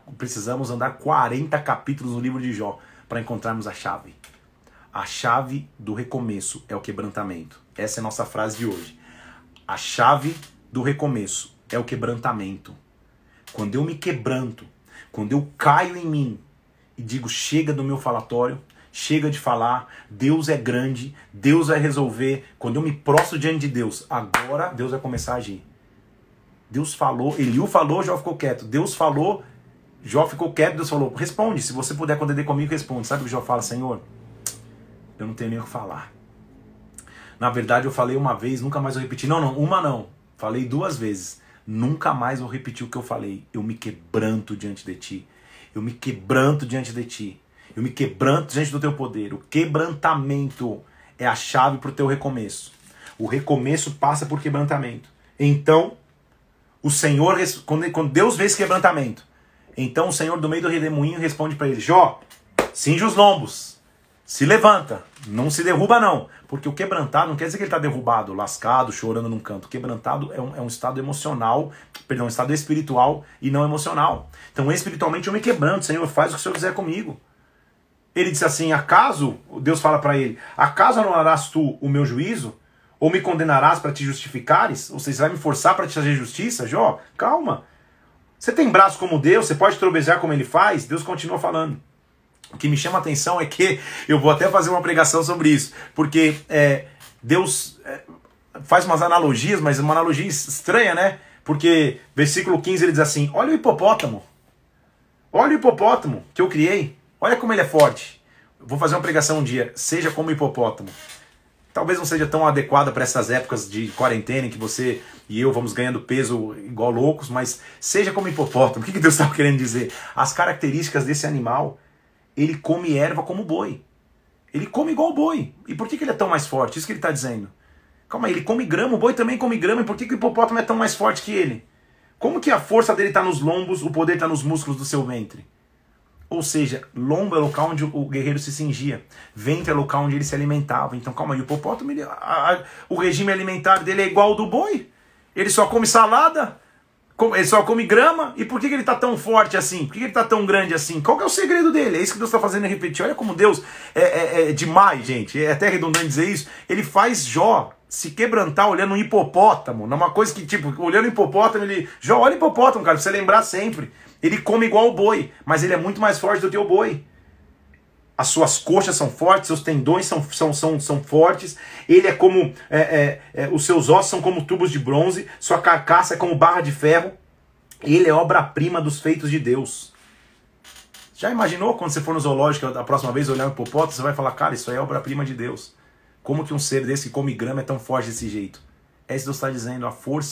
40 capítulos no livro de Jó para encontrarmos a chave. A chave do recomeço é o quebrantamento. Essa é a nossa frase de hoje. A chave do recomeço é o quebrantamento. Quando eu me quebranto, quando eu caio em mim e digo chega do meu falatório, chega de falar, Deus é grande, Deus vai resolver. Quando eu me prostro diante de Deus, agora Deus vai começar a agir. Deus falou, Eliú falou, Jó ficou quieto. Deus falou, Jó ficou quieto, Deus falou, responde, se você puder contender comigo, responde. Sabe o que Jó fala? Senhor, eu não tenho nem o que falar. Na verdade eu falei uma vez, nunca mais eu repeti. Não. Falei 2 vezes. Nunca mais vou repetir o que eu falei. Eu me quebranto diante de ti. Eu me quebranto diante de ti. Eu me quebranto diante do teu poder. O quebrantamento é a chave para o teu recomeço. O recomeço passa por quebrantamento. Então, o Senhor, quando Deus vê esse quebrantamento, então o Senhor do meio do redemoinho responde para ele, Jó, cinge os lombos, se levanta, não se derruba não. Porque o quebrantado não quer dizer que ele está derrubado, lascado, chorando num canto. O quebrantado é um estado emocional, um estado espiritual e não emocional. Então espiritualmente eu me quebranto, Senhor, faz o que o Senhor quiser comigo. Ele disse assim, acaso, Deus fala para ele, acaso anularás tu o meu juízo? Ou me condenarás para te justificares? Ou seja, você vai me forçar para te fazer justiça? Jó, calma. Você tem braço como Deus, você pode trovejar como ele faz? Deus continua falando. O que me chama a atenção é que, eu vou até fazer uma pregação sobre isso, porque Deus faz umas analogias, mas uma analogia estranha, né? Porque versículo 15 ele diz assim, olha o hipopótamo que eu criei, olha como ele é forte. Vou fazer uma pregação um dia, seja como hipopótamo. Talvez não seja tão adequada para essas épocas de quarentena em que você e eu vamos ganhando peso igual loucos, mas seja como hipopótamo. O que Deus estava querendo dizer? As características desse animal, ele come erva como boi. Ele come igual boi. E por que ele é tão mais forte? Isso que ele está dizendo. Calma aí, ele come grama, o boi também come grama. E por que o hipopótamo é tão mais forte que ele? Como que a força dele está nos lombos, o poder está nos músculos do seu ventre? Ou seja, lombo é o local onde o guerreiro se cingia. Ventre é o local onde ele se alimentava. Então, calma aí, o hipopótamo, o regime alimentar dele é igual ao do boi. Ele só come salada, ele só come grama. E por que ele está tão forte assim? Por que ele está tão grande assim? Qual que é o segredo dele? É isso que Deus está fazendo repetir. Olha como Deus é demais, gente. É até redundante dizer isso. Ele faz Jó se quebrantar olhando um hipopótamo. Numa coisa que, tipo, olhando o hipopótamo, ele... Jó, olha o hipopótamo, cara, pra você lembrar sempre. Ele come igual o boi, mas ele é muito mais forte do que o boi. As suas coxas são fortes, seus tendões são fortes. Ele é como... os seus ossos são como tubos de bronze, sua carcaça é como barra de ferro. Ele é obra-prima dos feitos de Deus. Já imaginou quando você for no zoológico a próxima vez olhar um hipopótamo, você vai falar, cara, isso aí é obra-prima de Deus. Como que um ser desse que come grama é tão forte desse jeito? É isso que Deus está dizendo, a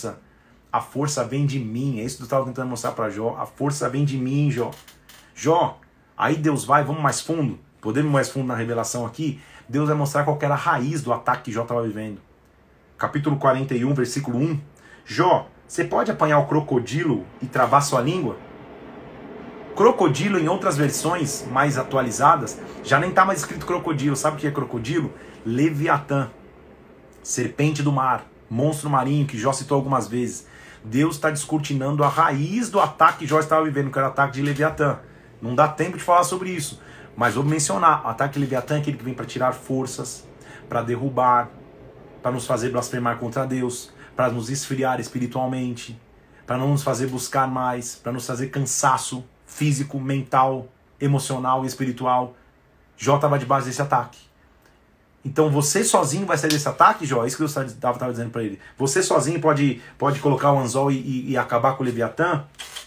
força vem de mim. É isso que eu estava tentando mostrar para Jó. A força vem de mim, Jó. Jó, aí Deus vai, vamos mais fundo. Podemos ir mais fundo na revelação aqui? Deus vai mostrar qual que era a raiz do ataque que Jó estava vivendo. Capítulo 41, versículo 1. Jó, você pode apanhar o crocodilo e travar sua língua? Crocodilo, em outras versões mais atualizadas, já nem está mais escrito crocodilo. Sabe o que é crocodilo? Leviatã. Serpente do mar. Monstro marinho, que Jó citou algumas vezes. Deus está descortinando a raiz do ataque que Jó estava vivendo, que era o ataque de Leviatã. Não dá tempo de falar sobre isso, mas vou mencionar. O ataque de Leviatã é aquele que vem para tirar forças, para derrubar, para nos fazer blasfemar contra Deus, para nos esfriar espiritualmente, para não nos fazer buscar mais, para nos fazer cansaço físico, mental, emocional e espiritual. Jó estava debaixo desse ataque. Então você sozinho vai sair desse ataque, Jó? É isso que Deus estava dizendo para ele. Você sozinho pode colocar o anzol e acabar com o Leviatã?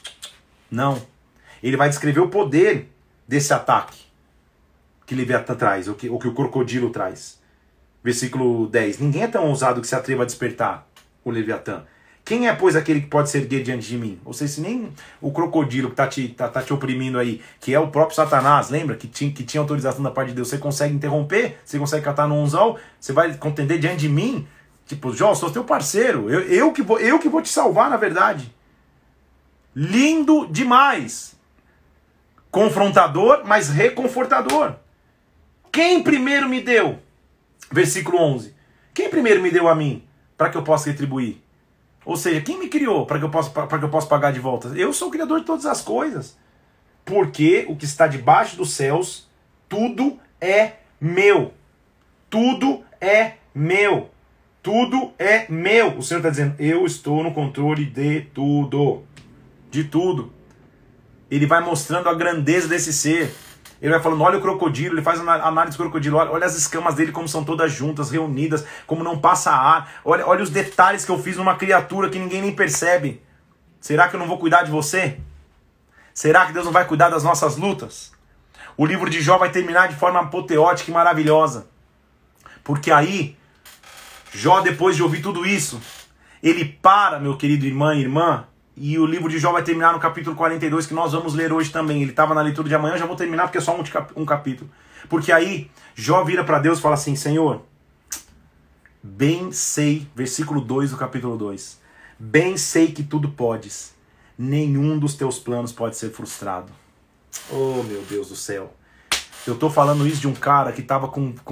Não. Ele vai descrever o poder desse ataque que Leviatã traz, ou que o crocodilo traz. Versículo 10. Ninguém é tão ousado que se atreva a despertar o Leviatã. Quem é, pois, aquele que pode se erguer diante de mim? Ou seja, se nem o crocodilo que tá te oprimindo aí, que é o próprio Satanás, lembra? Que tinha autorização da parte de Deus, você consegue interromper, você consegue catar no anzol, você vai contender diante de mim? Tipo, Jó, sou teu parceiro, eu que vou te salvar, na verdade. Lindo demais. Confrontador, mas reconfortador. Quem primeiro me deu? Versículo 11. Quem primeiro me deu a mim, para que eu possa retribuir? Ou seja, quem me criou para que eu possa pagar de volta? Eu sou o criador de todas as coisas. Porque o que está debaixo dos céus, tudo é meu. Tudo é meu. Tudo é meu. O Senhor está dizendo, eu estou no controle de tudo. De tudo. Ele vai mostrando a grandeza desse ser. Ele vai falando, olha o crocodilo, ele faz análise do crocodilo, olha as escamas dele como são todas juntas, reunidas, como não passa ar. Olha os detalhes que eu fiz numa criatura que ninguém nem percebe. Será que eu não vou cuidar de você? Será que Deus não vai cuidar das nossas lutas? O livro de Jó vai terminar de forma apoteótica e maravilhosa. Porque aí, Jó, depois de ouvir tudo isso, ele para, meu querido irmão e irmã, e o livro de Jó vai terminar no capítulo 42, que nós vamos ler hoje também. Ele estava na leitura de amanhã, já vou terminar porque é só um capítulo. Porque aí, Jó vira para Deus e fala assim, Senhor, bem sei, versículo 2 do capítulo 2, bem sei que tudo podes, nenhum dos teus planos pode ser frustrado. Oh, meu Deus do céu. Eu tô falando isso de um cara que estava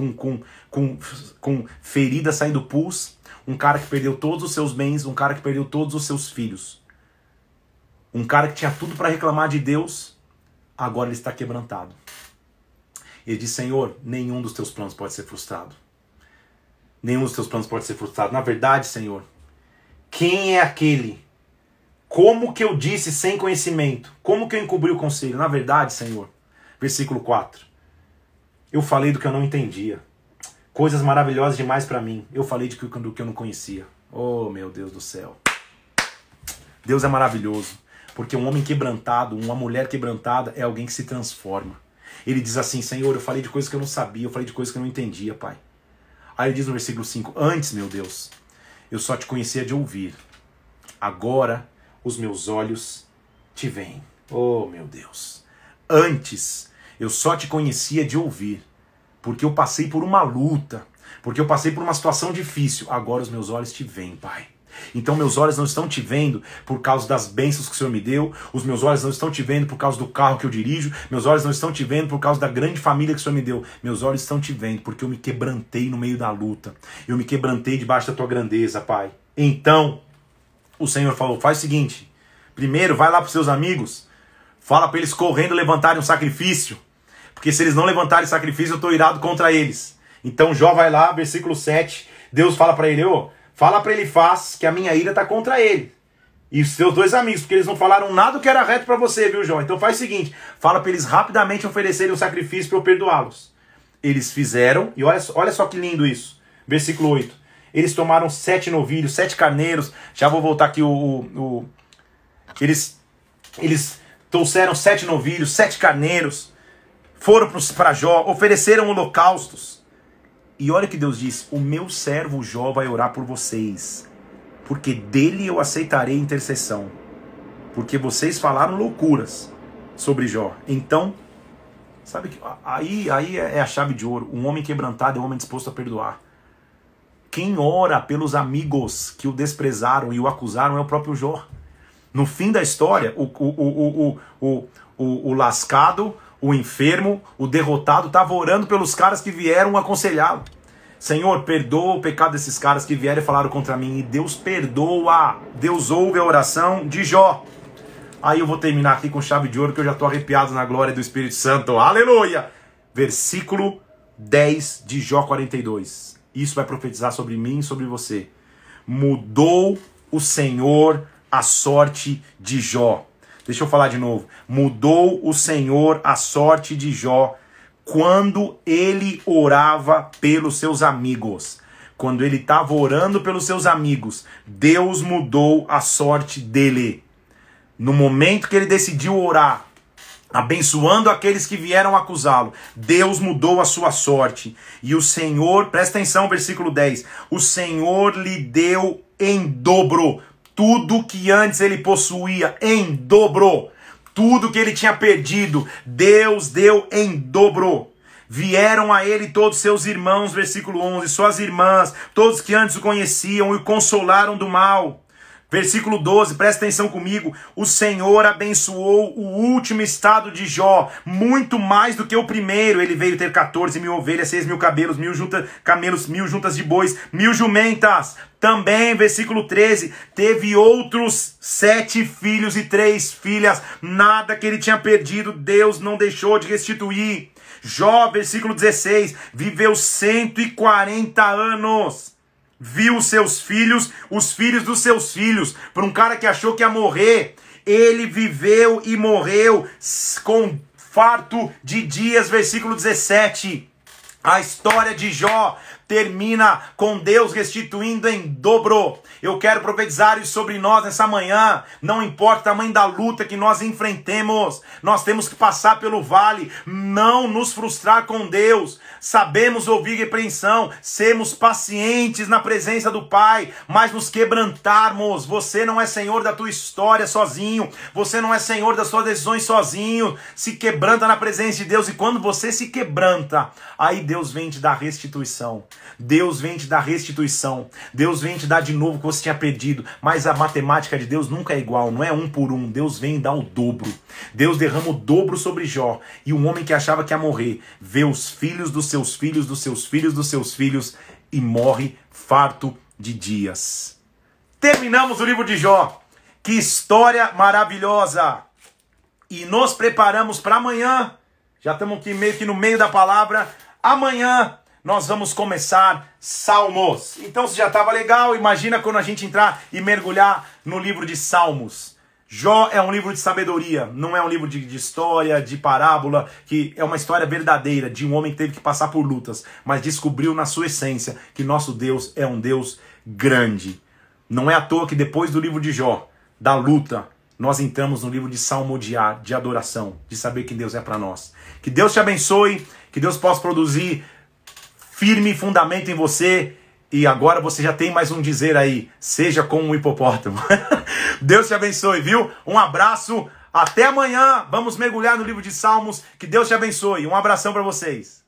com ferida saindo pus, um cara que perdeu todos os seus bens, um cara que perdeu todos os seus filhos. Um cara que tinha tudo para reclamar de Deus, agora ele está quebrantado. Ele diz, Senhor, nenhum dos teus planos pode ser frustrado. Nenhum dos teus planos pode ser frustrado. Na verdade, Senhor, quem é aquele? Como que eu disse sem conhecimento? Como que eu encobri o conselho? Na verdade, Senhor, versículo 4, eu falei do que eu não entendia. Coisas maravilhosas demais para mim. Eu falei do que eu não conhecia. Oh, meu Deus do céu. Deus é maravilhoso. Porque um homem quebrantado, uma mulher quebrantada é alguém que se transforma. Ele diz assim, Senhor, eu falei de coisas que eu não sabia, eu falei de coisas que eu não entendia, Pai. Aí ele diz no versículo 5, antes, meu Deus, eu só te conhecia de ouvir. Agora os meus olhos te veem. Oh, meu Deus. Antes, eu só te conhecia de ouvir. Porque eu passei por uma luta. Porque eu passei por uma situação difícil. Agora os meus olhos te veem, Pai. Então meus olhos não estão te vendo por causa das bênçãos que o Senhor me deu, os meus olhos não estão te vendo por causa do carro que eu dirijo, meus olhos não estão te vendo por causa da grande família que o Senhor me deu, meus olhos estão te vendo porque eu me quebrantei no meio da luta, eu me quebrantei debaixo da tua grandeza, Pai. Então o Senhor falou, faz o seguinte, primeiro vai lá para os seus amigos, fala para eles correndo levantarem um sacrifício, porque se eles não levantarem sacrifício eu estou irado contra eles. Então Jó vai lá, versículo 7, Deus fala para ele, fala para ele, faz, que a minha ira está contra ele. E os seus dois amigos, porque eles não falaram nada que era reto para você, viu, Jó? Então faz o seguinte, fala para eles rapidamente oferecerem um sacrifício para eu perdoá-los. Eles fizeram, e olha só que lindo isso. Versículo 8. Eles tomaram 7 novilhos, 7 carneiros. Já vou voltar aqui Eles trouxeram 7 novilhos, 7 carneiros. Foram para Jó, ofereceram holocaustos. E olha o que Deus diz, o meu servo Jó vai orar por vocês, porque dele eu aceitarei intercessão, porque vocês falaram loucuras sobre Jó. Então, sabe que aí é a chave de ouro. Um homem quebrantado é um homem disposto a perdoar. Quem ora pelos amigos que o desprezaram e o acusaram é o próprio Jó. No fim da história, o lascado, o enfermo, o derrotado estava orando pelos caras que vieram aconselhá-lo. Senhor, perdoa o pecado desses caras que vieram e falaram contra mim. E Deus perdoa. Deus ouve a oração de Jó. Aí eu vou terminar aqui com chave de ouro, que eu já estou arrepiado na glória do Espírito Santo. Aleluia! Versículo 10 de Jó 42. Isso vai profetizar sobre mim e sobre você. Mudou o Senhor a sorte de Jó. Deixa eu falar de novo. Mudou o Senhor a sorte de Jó quando ele orava pelos seus amigos. Quando ele estava orando pelos seus amigos, Deus mudou a sorte dele. No momento que ele decidiu orar, abençoando aqueles que vieram acusá-lo. Deus mudou a sua sorte. E o Senhor, presta atenção, versículo 10. O Senhor lhe deu em dobro tudo que antes ele possuía, em dobro. Tudo que ele tinha perdido, Deus deu em dobro. Vieram a ele todos seus irmãos, versículo 11, suas irmãs, todos que antes o conheciam e o consolaram do mal. Versículo 12, presta atenção comigo. O Senhor abençoou o último estado de Jó, muito mais do que o primeiro. Ele veio ter 14 mil ovelhas, 6 mil camelos, 1.000 juntas de bois, 1.000 jumentas. Também, versículo 13, teve outros 7 filhos e 3 filhas. Nada que ele tinha perdido, Deus não deixou de restituir. Jó, versículo 16, viveu 140 anos. Viu seus filhos, os filhos dos seus filhos. Para um cara que achou que ia morrer, ele viveu e morreu com farto de dias, versículo 17. A história de Jó termina com Deus restituindo em dobro. Eu quero profetizar isso sobre nós nessa manhã. Não importa o tamanho da luta que nós enfrentemos, nós temos que passar pelo vale, não nos frustrar com Deus. Sabemos ouvir repreensão, sermos pacientes na presença do Pai, mas nos quebrantarmos. Você não é senhor da tua história sozinho, você não é senhor das suas decisões sozinho. Se quebranta na presença de Deus, e quando você se quebranta, aí Deus vem te dar restituição. Deus vem te dar restituição. Deus vem te dar de novo o que você tinha perdido. Mas a matemática de Deus nunca é igual, não é 1 por 1. Deus vem dar o dobro. Deus derrama o dobro sobre Jó. E um homem que achava que ia morrer, vê os filhos dos seus filhos, dos seus filhos, dos seus filhos, e morre farto de dias. Terminamos o livro de Jó. Que história maravilhosa. E nos preparamos para amanhã. Já estamos aqui meio que no meio da palavra. Amanhã nós vamos começar Salmos. Então, se já estava legal, imagina quando a gente entrar e mergulhar no livro de Salmos. Jó é um livro de sabedoria, não é um livro de história, de parábola, que é uma história verdadeira de um homem que teve que passar por lutas, mas descobriu na sua essência que nosso Deus é um Deus grande. Não é à toa que depois do livro de Jó, da luta, nós entramos no livro de salmodiar, de adoração, de saber que Deus é para nós. Que Deus te abençoe, que Deus possa produzir firme fundamento em você. E agora você já tem mais um dizer aí: seja como um hipopótamo. Deus te abençoe, viu? Um abraço, até amanhã. Vamos mergulhar no livro de Salmos. Que Deus te abençoe. Um abração para vocês.